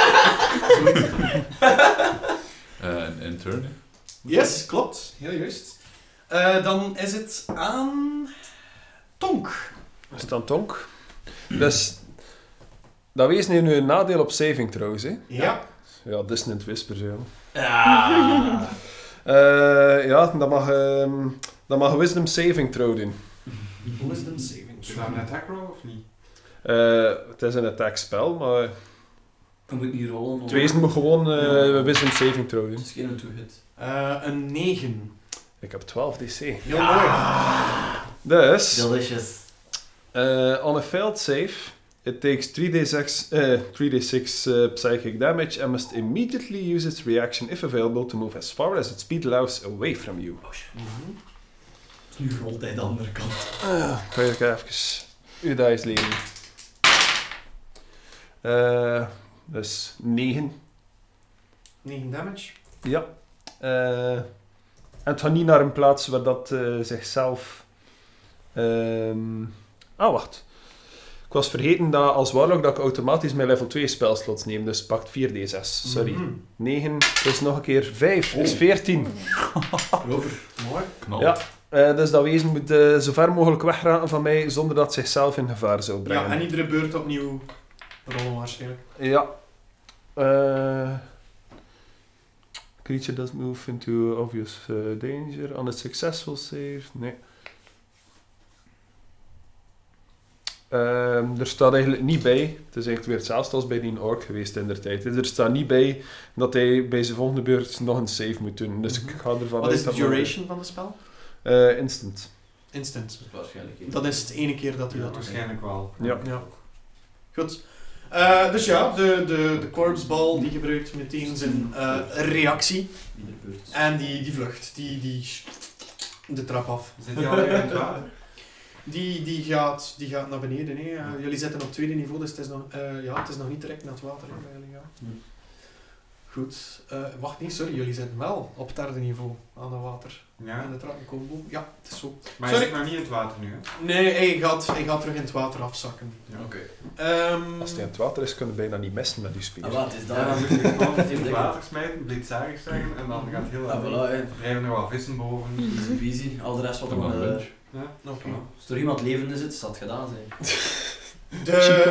Uh, en en turn, hè.
Yes, klopt. Heel juist. Uh, dan is het aan... Tonk.
Dat is dan Tonk. Dus... Dat wees nu een nadeel op saving trouwens, hè.
Ja.
Ja, Dissonant Whispers, ja.
Ah.
Uh, ja, dan mag, um, dan mag Wisdom saving throw doen.
Wisdom saving
Is dat een attack roll of niet?
Uh, het is een attack spel, maar...
Je moet niet rollen.
Het wezen moet gewoon uh,
Ja.
Wisdom saving throw doen.
Het is geen two-hit.
Uh, een negen.
Ik heb twaalf D C.
Heel mooi.
Dus...
Delicious.
Uh, on a failed save, it takes three d six, uh, three d six uh, psychic damage and must immediately use its reaction if available to move as far as its speed allows away from you.
Oh shit.
Mhm.
Het is nu rolt hij de andere kant.
Uh, kan je even uw dice leren. Uh, dus negen.
negen damage.
Ja. Uh, en het gaat niet naar een plaats waar dat uh, zichzelf... Um, ah, wacht. Ik was vergeten dat als Warlock dat ik automatisch mijn level twee spelslots neem, dus pakt vier d zes. Sorry.
Mhm.
negen plus nog een keer vijf, dus veertien.
Over.
Mooi.
Knal.
Ja. Uh, dus dat wezen moet uh, zo ver mogelijk wegraken van mij, zonder dat het zichzelf in gevaar zou brengen.
Ja, en iedere beurt opnieuw rollen waarschijnlijk.
Ja. Uh, creature doesn't move into obvious uh, danger on a successful save. Nee. Uh, er staat eigenlijk niet bij, het is eigenlijk weer hetzelfde als bij die orc geweest in der tijd. Er staat niet bij dat hij bij zijn volgende beurt nog een save moet doen. Dus
Mhm.
ik ga ervan
Wat
uit
is de
dat maar-
duration van het spel?
Uh, instant.
Instant.
Dat is waarschijnlijk één.
Dat is het ene keer dat u
Ja,
dat doet.
waarschijnlijk wel.
Ja.
Ja. Goed. Uh, dus ja, de, de, de corpseball die gebruikt meteen zijn uh, reactie.
Iedere beurt.
En die, die vlucht, die, die de trap af.
Zit hij alweer in het water?
Die, die, gaat, die gaat naar beneden. Hè. Uh, jullie zitten op het tweede niveau, dus het is nog, uh, ja, het is nog niet direct naar het water. Hè, eigenlijk, ja.
Hm.
Goed. Uh, wacht, nee, sorry. Jullie zitten wel op het derde niveau aan het water.
Ja.
En de trappen komen boven. Ja, het is zo.
Maar hij
Sorry.
zit nog niet in het water nu, hè?
Nee, hij gaat, hij gaat terug in het water afzakken.
Ja.
Oké.
Ehm,
Als hij in het water is, kunnen we bijna niet messen met uw spier.
Ah, wat is dat?
Ja, dan moet je gewoon in het
Denk-
water smijten, blitzzarig zeggen, en dan gaat heel
Ah,
erg.
voilà, hè.
Er drijven er wel vissen boven.
Easy peasy. Al de rest wat
Dan
er
nog
nog...
een
eh,
lunch.
Ja.
Oké.
Als er iemand levende zit, zal het gedaan zijn.
De,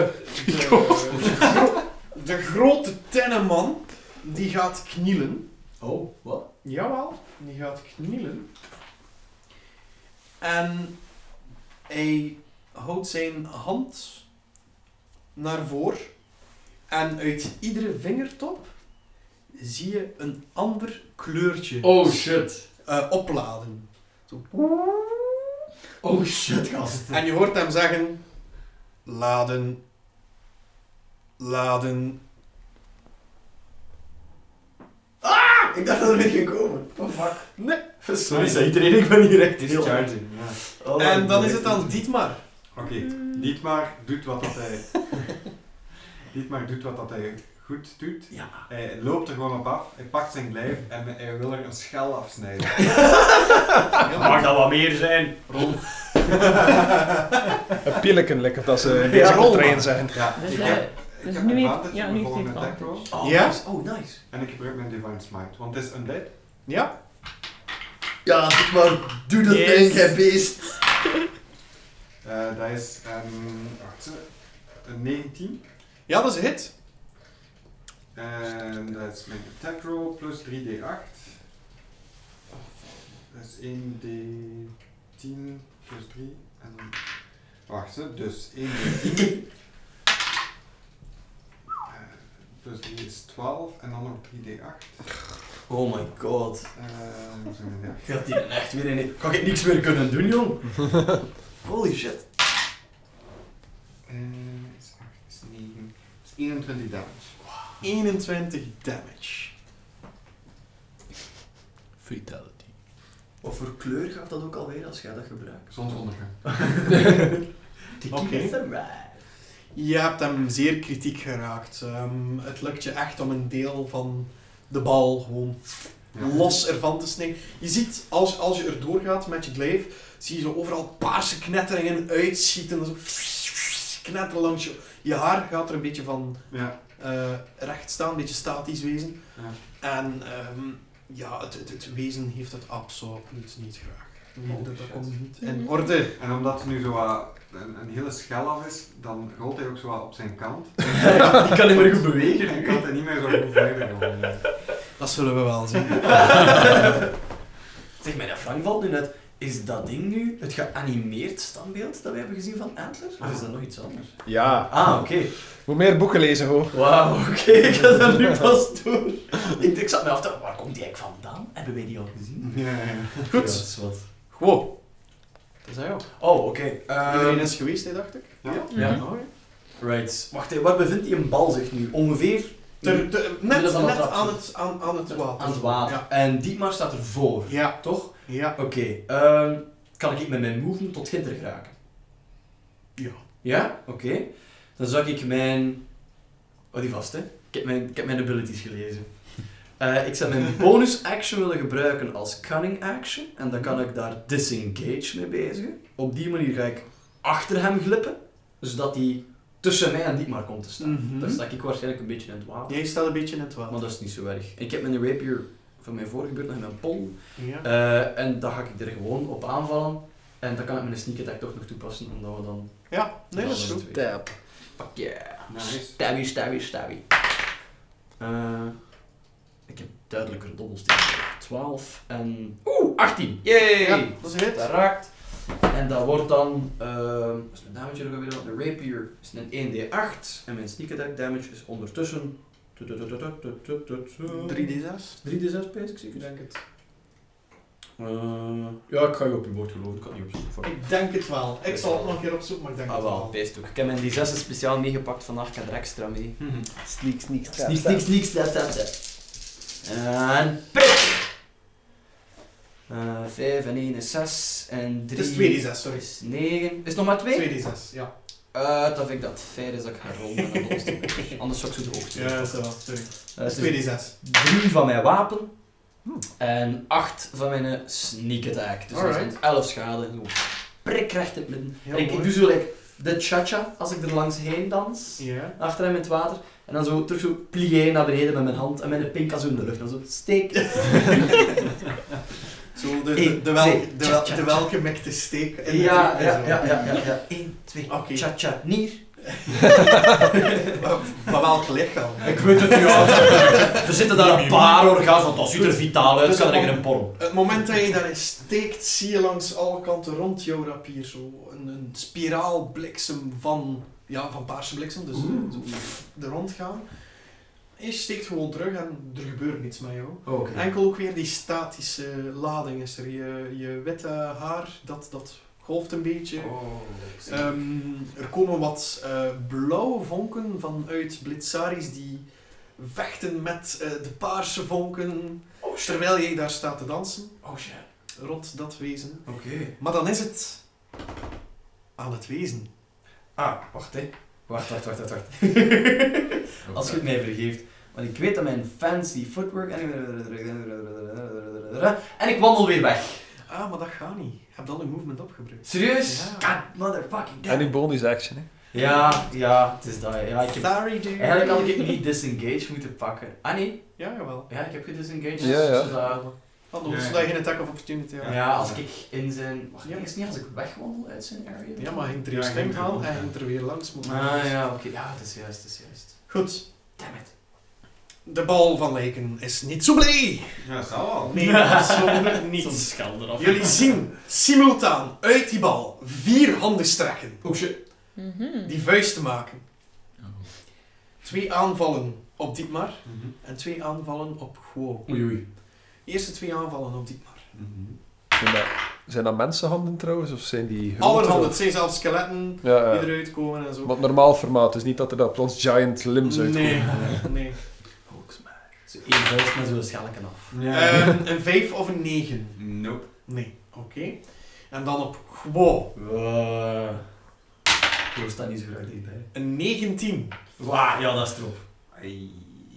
de, de grote tennenman, die gaat knielen.
Oh, wat?
Jawel, die gaat knielen. En hij houdt zijn hand naar voren. En uit iedere vingertop zie je een ander kleurtje
Oh shit.
uh, opladen. Zo.
Oh shit, gast.
En je hoort hem zeggen... Laden. Laden.
Ik dacht dat er niet ging komen. Oh fuck.
Nee.
Sorry, zei iedereen, ik ben hier echt heel...
Discharging, ja.
Oh,
En
ik
dan
ben
is het
echt-
aan Dietmar.
Oké, Dietmar doet wat dat hij... Dietmar doet wat dat hij goed doet.
Ja.
Hij loopt er gewoon op af, hij pakt zijn lijf en hij wil er een schel afsnijden.
Mag dat wat meer zijn? Rol.
Een pieleken, lekker dat ze in
Ja,
deze
rol
trein
maar.
zijn.
Ja,
Dus,
ik
eh,
heb, ik
dus
heb
nu heeft-
advantage
ja,
op
nu
mijn
heeft hij
volgende attack roll.
advantage.
Oh,
Ja?
nice. Oh, nice.
En ik gebruik mijn Divine Smite, want het is undead.
Ja?
Ja, doe maar. Doe dat
Yes.
ding, jij beest.
Uh, dat is een, wacht, eens, een negentien.
Ja, dat is een hit.
En dat is mijn attack roll plus drie d acht. Dat is één d tien plus drie. En dan, wacht, eens, dus één d tien. Uh, plus drie is twaalf en dan nog drie d acht.
Oh my god.
Uh, hoe zijn we daar?
Gaat die echt weer in... Kan ik niks meer kunnen doen, jong? Holy shit.
Uh, is acht, is negen. Is eenentwintig damage.
eenentwintig damage.
Fatality.
Wat voor kleur gaf dat ook alweer als jij dat gebruikt?
Zonsondergang.
Die
Oké.
is erbij.
Je hebt hem zeer kritiek geraakt. Ehm, het lukt je echt om een deel van de bal gewoon
Ja.
los ervan te snijden. Je ziet, als, als je erdoor gaat met je glaive, zie je zo overal paarse knetteringen uitschieten. Zo. knetter langs je... Je haar gaat er een beetje van
Ja.
uh, recht staan, een beetje statisch wezen.
Ja.
En um, ja, het, het, het wezen heeft het absoluut niet graag. Nee,
Oh,
dat, dat
shit.
komt niet in orde.
En omdat het nu zo wat een, een hele schel af is, dan rolt hij ook zo wat op zijn kant.
Die kan niet meer goed bewegen.
En kan hij niet meer zo goed verder rollen.
Dat zullen we wel zien.
Zeg maar, dat Frank valt nu net. Is dat ding nu het geanimeerd standbeeld dat we hebben gezien van Antler? Of is dat nog iets anders?
Ja.
Ah, oké. Okay.
Moet meer boeken lezen, hoor.
Wauw, oké, okay. Ik ga dat nu pas doen. Ik, ik zat me af te waar komt die eigenlijk vandaan? Hebben wij die al gezien?
Ja, ja.
Goed.
Ja, dat is wat.
Wow. Dat is jou.
Oh, oké. Okay.
Iedereen
Um,
is geweest, hè, dacht ik?
Ja.
ja.
Oh, ja.
Right. Wacht, hè, waar bevindt die een bal zich nu? Ongeveer
Ter, ter, net
Midden van de
net
attractie.
aan, het, aan, aan het water.
aan het water.
Ja.
En Dietmar staat ervoor,
Ja.
toch?
Ja.
Oké. Okay. Um, kan ik met mijn movement tot Ginter geraken?
Ja.
Ja? Oké. Okay. Dan zou ik mijn... Oh, die vast, hè. Ik heb mijn, ik heb mijn abilities gelezen. Uh, ik zou mijn bonus action willen gebruiken als cunning action. En dan kan ik daar disengage mee bezigen. Op die manier ga ik achter hem glippen. Zodat hij tussen mij en Dietmar komt te staan.
Mm-hmm.
Dan sta ik waarschijnlijk een beetje in het water.
Jij staat een beetje in het water.
Maar dat is niet zo erg. Ik heb mijn rapier van mijn vorige beurt nog in mijn pol.
Ja.
Uh, en dan ga ik er gewoon op aanvallen. En dan kan ik mijn sneak attack toch nog toepassen. Omdat we dan...
Ja, nee, dat is
dan
goed.
twee-
Tap.
Fuck yeah.
Nice.
Stabby, stabby, stabby. Uh, ik heb duidelijker dobbelsteen. twaalf en... Oeh, achttien! Yay!
Ja, dat is het.
Dat raakt. En dat wordt dan... Uh, wat is mijn damage er ook weer? De rapier is een één d acht. En mijn sneak attack damage is ondertussen...
drie d zes.
drie d zes, pees ik zeker?
Ik denk het.
Uh, ja, ik ga je op je woord geloven. Ik kan niet opzoeken. Fuck.
Ik denk het wel. Ik zal het nog een keer opzoeken, maar ik denk
Ah
het
wel,
wel.
pees ook. Ik heb mijn d zes speciaal meegepakt vandaag. Ik ga er extra mee.
Sneak, sneak, stap,
Sneak,
stap.
sneak, sneak, stap, stap, stap. En prik! Uh, vijf en één is zes en drie
Het is twee d zes, sorry.
is negen. Is het nog maar twee?
twee d zes, ja.
Uh, dan vind ik dat het feit is dat ik ga rollen en dan los doen. Anders zou ik zo de hoogste
Ja,
doen.
dat is wel, sorry.
Uh,
Het is
het
twee
is
d zes.
drie van mijn wapen en acht van mijn sneak attack. Dus dat
Alright.
zijn elf schade. Zo prik recht in het midden.
Heel
En ik, ik
mooi.
doe zo like, de cha-cha als ik er langs heen dans.
Ja.
Achter hem in het water. En dan zo terug zo plié naar beneden met mijn hand en mijn pink zo in de lucht. Dan zo steek.
Zo de, de,
Eén,
de, wel,
twee,
de,
tja,
wel,
tja,
de
tja.
welgemekte steek. in de
Ja,
drie,
ja,
zo.
ja, ja, ja, ja. één, twee,
Oké.
cha-cha, nier.
Van welk lichaam?
Ik weet het niet, ja. Er zitten daar een paar orga's, want dat ziet er vitaal uit.
Dus
Ik ga er
het
in een porrel.
Het moment dat je daarin steekt, zie je langs alle kanten rond jouw rapier zo een, een spiraalbliksem van, ja, van paarse bliksem, dus
Oeh.
zo er rond gaan. Je steekt gewoon terug en er gebeurt niets met jou.
Oké.
Enkel ook weer die statische lading is er. Je, je witte haar, dat, dat golft een beetje.
Oh,
Ehm, er komen wat eh, blauwe vonken vanuit Blitzaris die vechten met eh, de paarse vonken,
oh shit.
terwijl jij daar staat te dansen,
Oh shit.
rond dat wezen.
Oké.
Maar dan is het aan het wezen.
Ah, wacht hè. Wacht, wacht, wacht, wacht, wacht. Als je het mij vergeeft. Want ik weet dat mijn fancy footwork... En ik wandel weer weg.
Ah, maar dat gaat niet. Je hebt al je movement opgebruikt.
Serieus?
Ja.
God motherfucking
En
damn.
die bonus action, hè.
Ja, ja, het is dat. Ja, ik heb...
Sorry, dude.
Eigenlijk had ik niet disengage moeten pakken. Ah nee,
Ja, jawel.
ja, ik heb gedisengaged.
Ja, ja.
Zodat...
Anders
Ja.
zodat je geen attack of opportunity hebt.
Ja, als ik in zijn... Wacht,
Ja.
is het niet als ik wegwandel uit zijn area?
Ja, maar je ging er
Ja,
eerst
je ging
in
er
gaan
wel.
en je ging er weer langs moeten.
Ah ja, oké. Ja, het is juist, het is juist.
Goed.
Damn it.
De bal van Lijken is niet zo blij.
Ja, dat zal wel.
Nee, absoluut
Zo'n
niet.
schel eraf.
Jullie zien simultaan uit die bal vier handen strekken.
Oh shit.
Mhm.
Die vuisten maken.
Oh.
Twee aanvallen op Dietmar
Mhm.
en twee aanvallen op Guo.
Oei oei.
Eerste twee aanvallen op Dietmar.
Mhm.
Zijn dat, zijn dat mensenhanden trouwens, of zijn die groter,
Allerhande,
of-
het zijn zelfs skeletten
Ja,
die
ja.
eruit komen en zo.
Maar het normaal formaat, dus niet dat er dat plots giant limbs uitkomen.
Nee, nee.
Zo één vuist met zo'n schelken af.
Ja.
Ehm, een vijf of een negen?
Nope.
Nee, oké. En dan op Guo.
Wow. Yo, staat niet zo graag dichtbij.
Een negentien.
Wauw, ja, dat is erop.
Ai.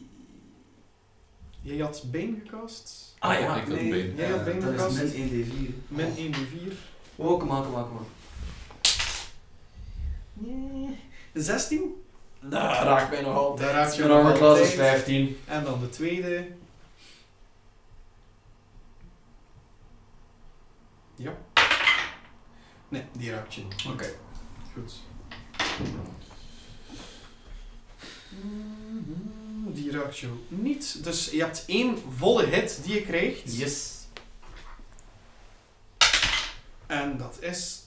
Jij had Bane gecast?
Ah ja,
Ik had
nee.
Bane.
Jij had Bane
Dat is
gecast?
min één d vier.
Min één d vier.
Oh, kom maar, kom maar, kom maar.
Nee. zestien?
Nou, raakt mij nog altijd.
Daar raakt je
Mijn
nog
armorclass is
altijd.
vijftien.
En dan de tweede. Ja. Nee, die raakt je niet.
Oké.
Goed. Mhm, Die raakt je niet. Dus je hebt één volle hit die je krijgt.
Yes.
En dat is...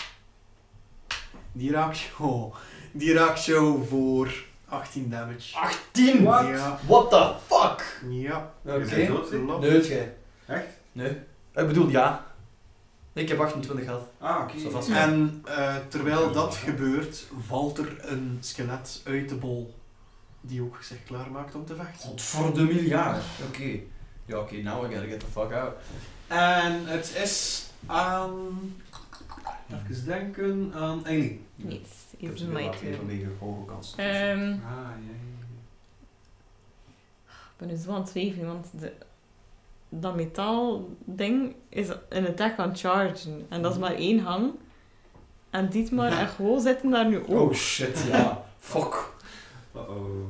Die raakt jou... Die raakt jou voor achttien damage.
achttien?
What?
Ja.
What the fuck?
Ja.
Je
Oké.
bent dood, hè?
Klopt.
Nee, jij.
Echt?
Nee. Ik bedoel, ja. Ik heb achtentwintig health.
Ah, oké.
Zo vast.
En uh, terwijl dat gebeurt, valt er een skelet uit de bol. Die ook zich klaarmaakt om te vechten.
God voor de miljard. Oké. Ja, oké, now I gotta get the fuck out.
En het is aan... Even denken aan Eileen.
Yes,
Ik heb
is
ze
my
weer laten
turn.
vanwege hoge kansen.
Ehm,
Ah, ja,
ik ben dus wel aan het twijfelen, want de, dat metaal-ding is een attack aan het chargen. En dat is maar één hang. En Dietmar en Go zitten daar nu ook.
Oh shit, ja. Fuck.
ja. Uh-oh.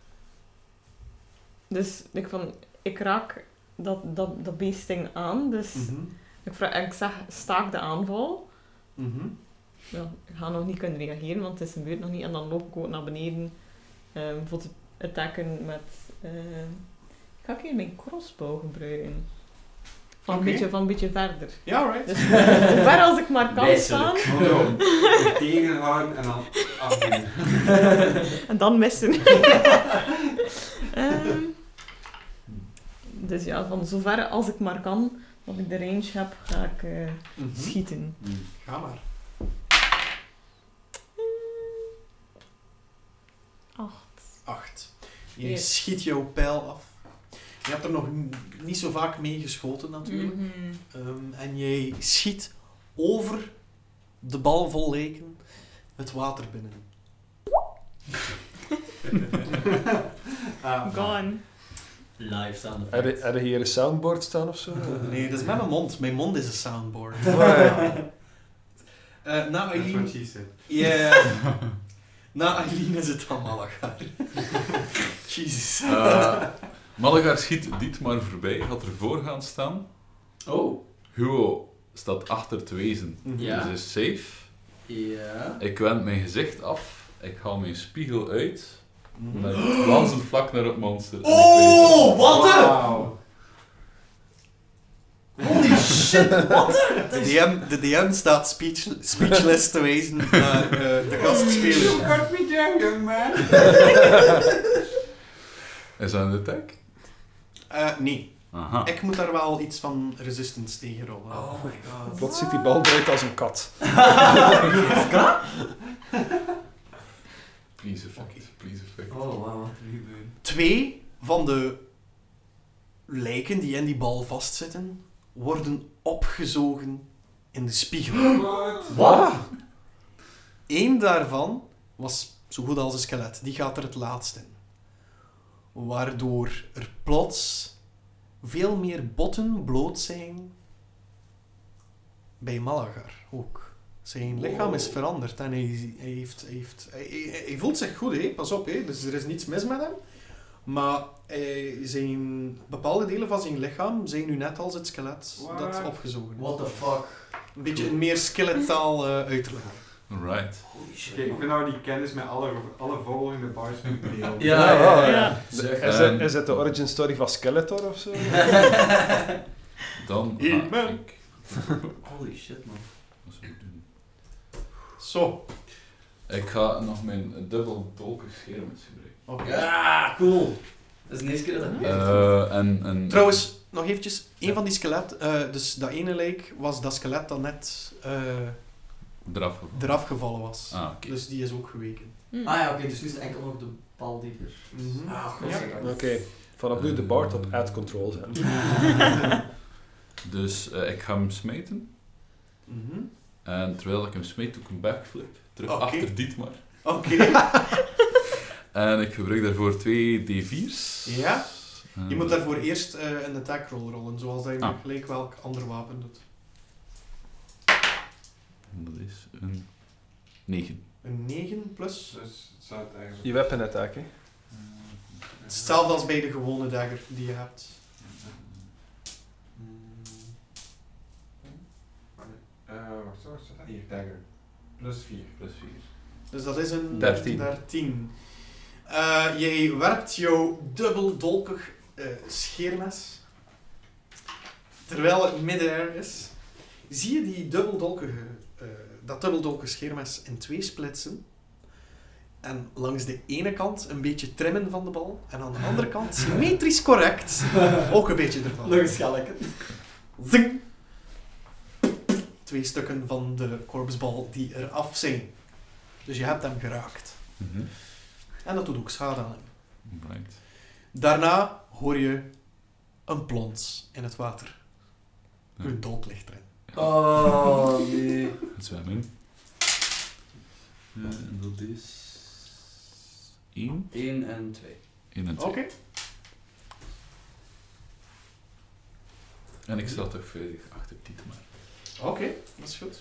Dus ik, van, ik raak dat, dat, dat beestding aan. Dus
Mhm.
ik, vraag, ik zeg, staak de aanval.
Mhm.
Ja, ik ga nog niet kunnen reageren, want het is een beurt nog niet. En dan loop ik ook naar beneden ehm, voor te attacken met... ehm, ik ga een keer mijn crossbow gebruiken. Van,
Oké.
een beetje, van een beetje verder.
Ja, right.
Dus hoe ver als ik maar kan staan.
Gewoon zo tegenhouden en dan afdoen.
En dan missen. Ehm, dus ja, van zover als ik maar kan, dat ik de range heb, ga ik eh,
Mhm.
schieten.
Ga maar.
Acht.
Acht. Je
Yes.
schiet jouw pijl af. Je hebt er nog n- niet zo vaak mee geschoten natuurlijk.
Mhm.
Ehm, en jij schiet over de bal vol lijken het water binnen.
Ah,
Gone.
Live staan
Heb je, heb je hier een soundboard staan of zo?
Nee, dat is met mijn mond. Mijn mond is een soundboard.
Oh, ja.
Eh, na
That's what
Eileen...
she said.
Ja. Na Eileen is het dan Malagar. Jezus.
Uh, Malagar schiet Dietmar voorbij, gaat ervoor gaan staan.
Oh.
Hugo staat achter het wezen,
Ja.
dus is safe.
Ja.
Ik wend mijn gezicht af, ik haal mijn spiegel uit,
Mhm.
met glanzend vlak naar het monster. en ik
Oh,
weet
wat de...
Wauw.
Holy shit, wat de...
De D M, de D M staat speech, speechless te wijzen naar uh, de gastspeler.
You got me down, young man.
Is dat een attack?
Uh, nee,
Aha.
ik moet daar wel iets van resistance tegen rollen.
Oh my god.
Plots ziet die bal eruit als een kat.
Please effect, please effect.
Oh, wow, wat er gebeurt.
Twee van de lijken die in die bal vastzitten, worden opgezogen in de spiegel.
What?
Wat?
Eén daarvan was zo goed als een skelet. Die gaat er het laatst in. Waardoor er plots veel meer botten bloot zijn bij Malagar ook. Zijn lichaam is veranderd en hij, hij, heeft, hij, heeft, hij, hij- hij voelt zich goed, hè? Pas op, hè? Dus er is niets mis met hem. Maar hij, zijn, bepaalde delen van zijn lichaam zijn nu net als het skelet dat
What?
opgezogen is.
What the fuck?
Een beetje een meer skeletaal uh, uiterlijk.
Right.
Holy shit.
Oké, ik vind nou die kennis met alle, alle volgende bars moet delen.
Ja,
Ja,
ja,
ja.
ja.
Is
Zeg.
het,
Ehm.
is het de origin story van Skeletor of zo?
Dan
Hey,
ga
man.
ik...
Holy shit, man.
Wat zou ik doen?
Zo.
Ik ga nog mijn dubbel dolken schermes gebruiken.
Oké.
Ja, cool. Dat is de eerste keer dat dat gebeurt.
Eh, en, en...
Trouwens, nog eventjes, een van die skelet, eh, dus dat ene lijk was dat skelet dat net eh,
Eraf.
eraf gevallen was.
Ah, oké.
Dus die is ook geweken.
Hm.
Ah ja, oké, dus nu is het enkel nog de bal die er...
Mhm.
Ah, god,
Ja.
zeg.
Oké, vanaf nu de bard op ad control zijn.
Dus eh, ik ga hem smijten.
Mhm.
En terwijl ik hem smijt, doe ik een backflip. Terug
Oké.
achter Dietmar.
Oké.
En ik gebruik daarvoor twee D vier's.
Ja?
En
Je moet daarvoor eerst eh, een attack roll rollen, zoals dat je
Ah.
met gelijk welk ander wapen doet.
Dat is een negen.
Een negen plus.
Dus het zou het eigenlijk...
Je weapon attack, hè.
Het is hetzelfde als bij de gewone dagger die je hebt.
Mm. Eh, wacht, zo, wacht, hier, dagger. Plus vier.
Plus vier.
Dus dat is een
dertien.
dertien. Uh, jij werpt jouw dubbeldolkig uh, scheermes. Terwijl het midair is, zie je die dubbeldolkige, uh, dat dubbeldolkige scheermes in twee splitsen. En langs de ene kant een beetje trimmen van de bal. En aan de andere kant, symmetrisch correct, ook een beetje ervan.
Nog een schelke.
Zing! Twee stukken van de korpsbal die eraf zijn. Dus je hebt hem geraakt.
Mm-hmm.
En dat doet ook schade aan hem.
Right.
Daarna hoor je een plons in het water.
Ja.
Uw dolk ligt erin.
Oh, nee.
Het zwemmen. Uh, en dat is... één.
één en twee.
één en twee.
Oké.
En ik sta toch veilig achter Tietmar.
Oké, okay, dat is goed.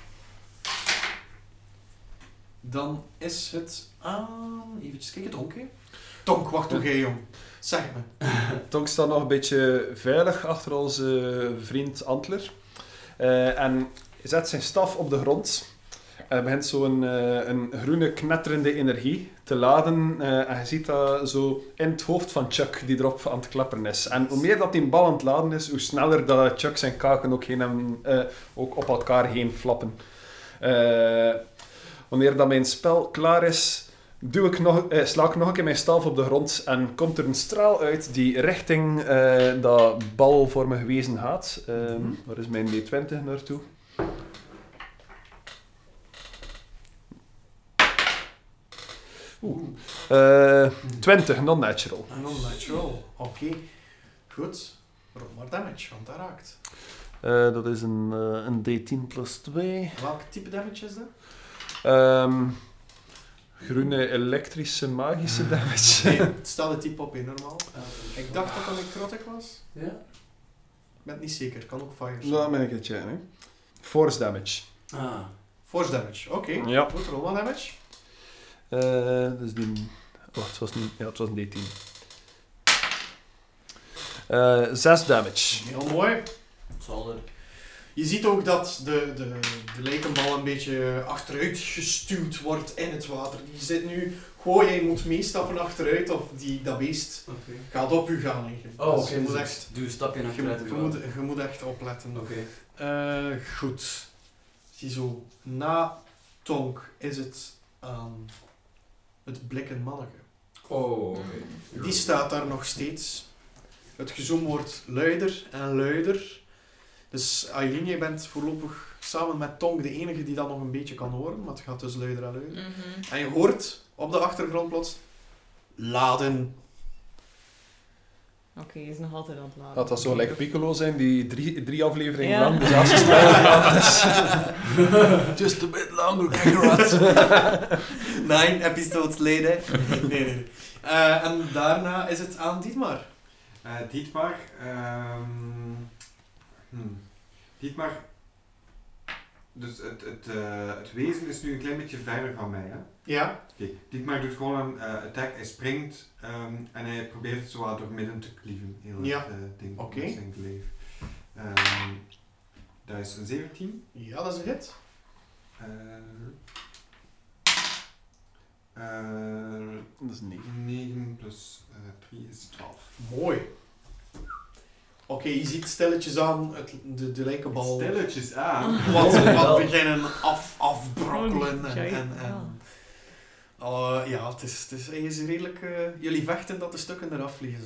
Dan is het aan... Even kijken, Tonk, hè? Tonk, wacht toch, jij, jong. Zeg me.
Tonk staat nog een beetje veilig achter onze vriend Antler. Uh, en hij zet zijn staf op de grond. En begint zo'n uh, een groene knetterende energie te laden. Uh, en je ziet dat zo in het hoofd van Chuck, die erop aan het klapperen is. En hoe meer dat die bal aan het laden is, hoe sneller dat Chuck zijn kaken ook, heen en, uh, ook op elkaar heen flappen. Uh, wanneer dat mijn spel klaar is, doe ik nog, uh, sla ik nog een keer mijn staf op de grond en komt er een straal uit die richting uh, dat balvormige wezen gaat. Uh, mm-hmm. Waar is mijn D twintig naartoe? Oeh. Uh, twintig, non-natural.
Non-natural, oké. Okay. Goed. Rol maar damage, want dat raakt.
Uh, dat is een, uh, een D tien plus twee.
Welk type damage is dat?
Um, groene elektrische magische damage.
Nee, het staat het type op in normaal. Uh, ik dacht dat dat een necrotic was.
Ja?
Ik ben het niet zeker, kan ook fire zijn.
Nou, ben ik het, ja. Hè. Force damage.
Ah. Force damage, oké. Okay.
Ja.
Goed, rol maar damage.
Uh, dus die... Oh, het was, niet, ja, het was een D tien. Uh, zes damage.
Heel mooi.
Zal er.
Je ziet ook dat de, de, de lijkenbal een beetje achteruit gestuwd wordt in het water. Die zit nu... Gooi, jij moet meestappen achteruit of die, dat beest
okay.
gaat op u gaan liggen.
Oh, oké.
Dus je
Okay,
moet
dus
echt...
Doe een stapje
Je,
achteruit.
je, moet, je moet echt opletten.
Oké.
Okay. Uh, goed. Ziezo. Na Tonk is het aan het blikken manneke.
Oh, oké.
Okay. Die staat daar nog steeds. Het gezoem wordt luider en luider. Dus Aileen, jij bent voorlopig samen met Tonk de enige die dat nog een beetje kan horen. Maar het gaat dus luider en luider.
Mm-hmm.
En je hoort op de achtergrond plots... Laden.
Oké, okay, is nog altijd aan het laden.
Dat dat zo gelijk Piccolo zijn, die drie, drie afleveringen
ja.
lang, dus als je spel gedaan is. Just a bit longer, Kakarot.
Nine episodes later. Nee, nee, nee. Uh, en daarna is het aan Dietmar.
Uh, Dietmar... Um, hmm. Dietmar... Dus het, het, uh, het wezen is nu een klein beetje verder van mij, hè?
Ja.
Okay. Dietmar doet gewoon een uh, attack, hij springt um, en hij probeert het zo wat door midden te klieven. Heel
ja.
het uh, ding
Oké.
met zijn kleef. Um, dat is een zeventien.
Ja, dat is een hit.
Uh, uh,
dat is negen.
negen plus drie is twaalf.
Mooi. Oké, okay, je ziet stilletjes aan het, de, de lijkenbal.
Stilletjes aan?
Wat, wat beginnen af, afbrokkelen en... en, en uh, ja, het is, het is, hij is redelijk... Uh, jullie vechten dat de stukken eraf vliegen.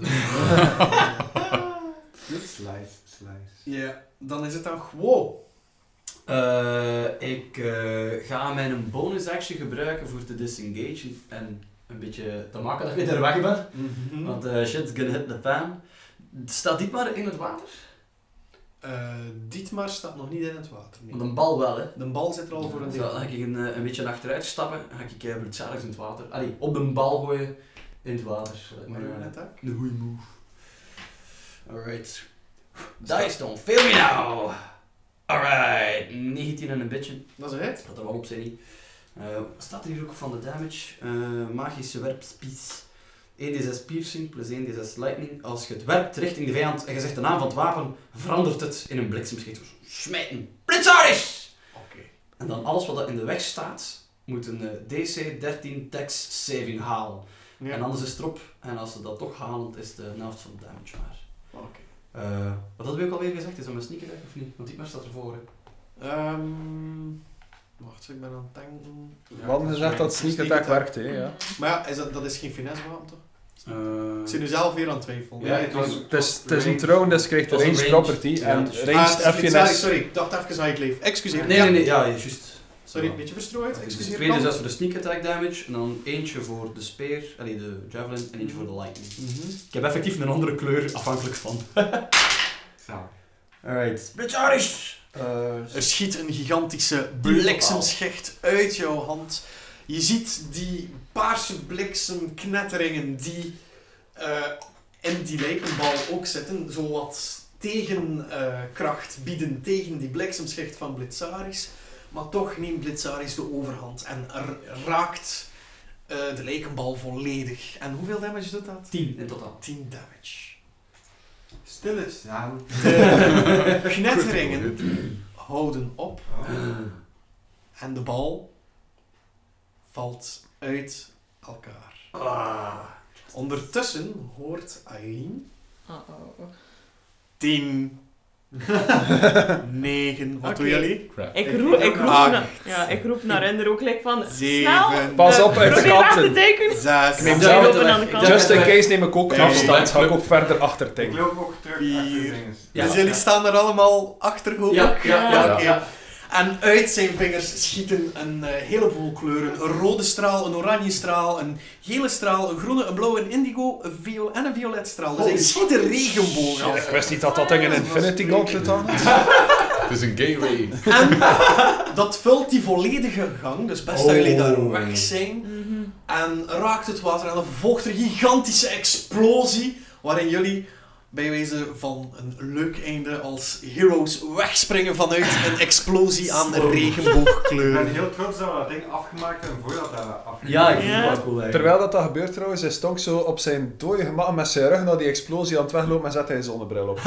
Slice, slice.
Ja, yeah, dan is het dan gewoon...
Uh, ik uh, ga mijn bonus action gebruiken voor te disengagen en een beetje te maken dat ik weer weg ben.
Mm-hmm.
Want uh, shit's gonna hit the fan. Staat Dietmar in het water?
Uh, Dietmar staat nog niet in het water. Nee.
Want een bal wel, hè?
De bal zit er al voor een deel.
Dan ga ik een, een beetje achteruit stappen, dan ga ik uh, bloedzadigs in het water. Allee, op de bal gooien in het water.
Maar een attack?
Een goeie move. Alright. Dice don't fail me now! Alright, negentien en een beetje.
Dat is het.
Dat er wel op zijn niet. Uh, wat staat er hier ook van de damage? Uh, magische werpspies. één d zes piercing plus één d zes lightning. Als je het werpt richting de vijand en je zegt de naam van het wapen, verandert het in een bliksemschicht. Smijten. Blitzaris!
Oké. Okay.
En dan alles wat in de weg staat, moet een uh, D C dertien dex saving halen. Ja. En anders is het erop. En als ze dat toch halen, is de helft van de damage maar.
Oké.
Okay. Uh, wat hadden we ook alweer gezegd? Is dat mijn sneak attack of niet? Want die maar staat ervoor.
Um, wacht, ik ben aan het denken.
Ja, we hadden gezegd dat sneak attack werkt, hè, ja.
Maar ja, is dat, dat is geen finesse wapen toch?
Uh,
ik zit nu zelf weer aan het twijfelen.
Ja, het, was,
het, is, het is een troon, dus krijgt de
range
range property.
ja,
en
dus-
ranged
ah,
F N S...
Sorry, ik dacht even aan ik leef. Excuseer.
nee, nee, nee, ja, juist.
Sorry, een beetje verstrooid.
Dus
Excuseer.
twee d zes voor de sneak attack damage, en dan eentje voor de speer, allee, de javelin, en eentje voor de lightning.
Mm-hmm.
Ik heb effectief een andere kleur, afhankelijk van.
Zo.
Alright. Blitzaris!
Uh, er schiet een gigantische bliksemschicht uit jouw hand. Je ziet die paarse bliksemknetteringen die uh, in die lijkenbal ook zitten, zo wat tegenkracht uh, bieden tegen die bliksemschicht van Blitzaris. Maar toch neemt Blitzaris de overhand en er raakt uh, de lijkenbal volledig. En hoeveel damage doet dat?
tien in totaal.
tien damage.
Stilstaan.
De knetteringen houden op en de bal valt uit elkaar.
Ah.
Ondertussen hoort Aileen
Uh-oh.
tien, negen, wat
Oké.
doen jullie?
Crap.
Ik roep, ik roep,
Acht.
na, ja, ik roep naar Ender ook like van,
Zeven.
snel,
Pas
eh,
op, uit
probeer weg te
kanten.
tekenen.
Zes,
Ik neem
Ja,
zelf-
we lopen aan de kant.
Just in case neem ik ook
Nee.
afstand, ga ik ook verder achter
Ik
ting.
loop ook terug
Vier.
achter dinges.
Ja.
dus jullie staan er allemaal achter, hoop
Ja,
ik?
ja, ja.
Oké.
ja.
En uit zijn vingers schieten een uh, heleboel kleuren. Een rode straal, een oranje straal, een gele straal, een groene, een blauwe, een indigo, een viool en een violet straal. Dus hij schiet een regenboog af.
Ik wist niet dat dat ding een Infinity Gauntlet had.
Het is een gateway.
En dat vult die volledige gang, dus best dat jullie daar weg zijn.
Mhm.
En raakt het water en dan volgt er een gigantische explosie, waarin jullie bij wijze van een leuk einde als heroes wegspringen vanuit een explosie aan
Zo.
Ik
regenboogkleur.
ben heel trots dat we dat ding afgemaakt hebben voordat dat afgemaakt
Ja, ik vind
Ja.
het wel cool eigenlijk.
Terwijl dat, dat gebeurt trouwens, is Tonk zo op zijn dode gemak met zijn rug naar die explosie aan het weglopen en zet hij een zonnebril op.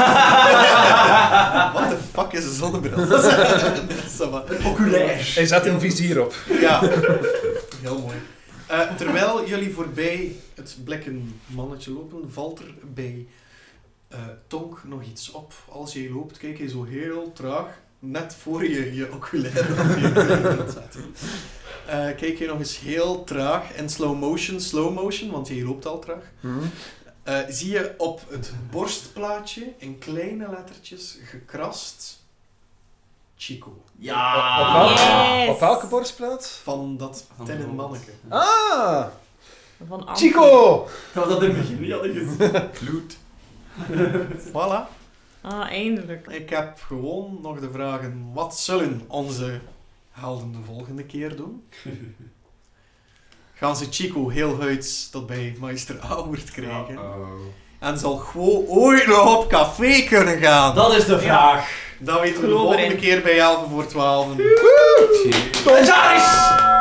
What the fuck is een zonnebril? Dat is zo
Oculair.
Hij zet een vizier op.
Ja, heel mooi. Uh, terwijl jullie voorbij het blikken mannetje lopen, valt er bij uh, Tonk nog iets op. Als je loopt, kijk je zo heel traag, net voor je je oculaire op je bril zet. Uh, kijk je nog eens heel traag in slow motion, slow motion, want je loopt al traag. Uh, zie je op het borstplaatje in kleine lettertjes gekrast Chico.
Ja.
Op, welke,
Yes.
op welke borstplaat?
Van dat
Van
tinnen
de
manneke.
Ah!
Van Anton.
Chico!
Dat we dat in het begin niet hadden gezien.
Kloot.
Voilà.
Ah, eindelijk.
Ik heb gewoon nog de vragen, wat zullen onze helden de volgende keer doen? Gaan ze Chico heel huids tot bij Meester Auwert krijgen?
Uh-oh.
En zal gewoon ooit nog op café kunnen gaan?
Dat is de vraag.
Dat weten we de
Geloof
volgende
erin.
keer bij elf voor twaalf.
Blitzaris!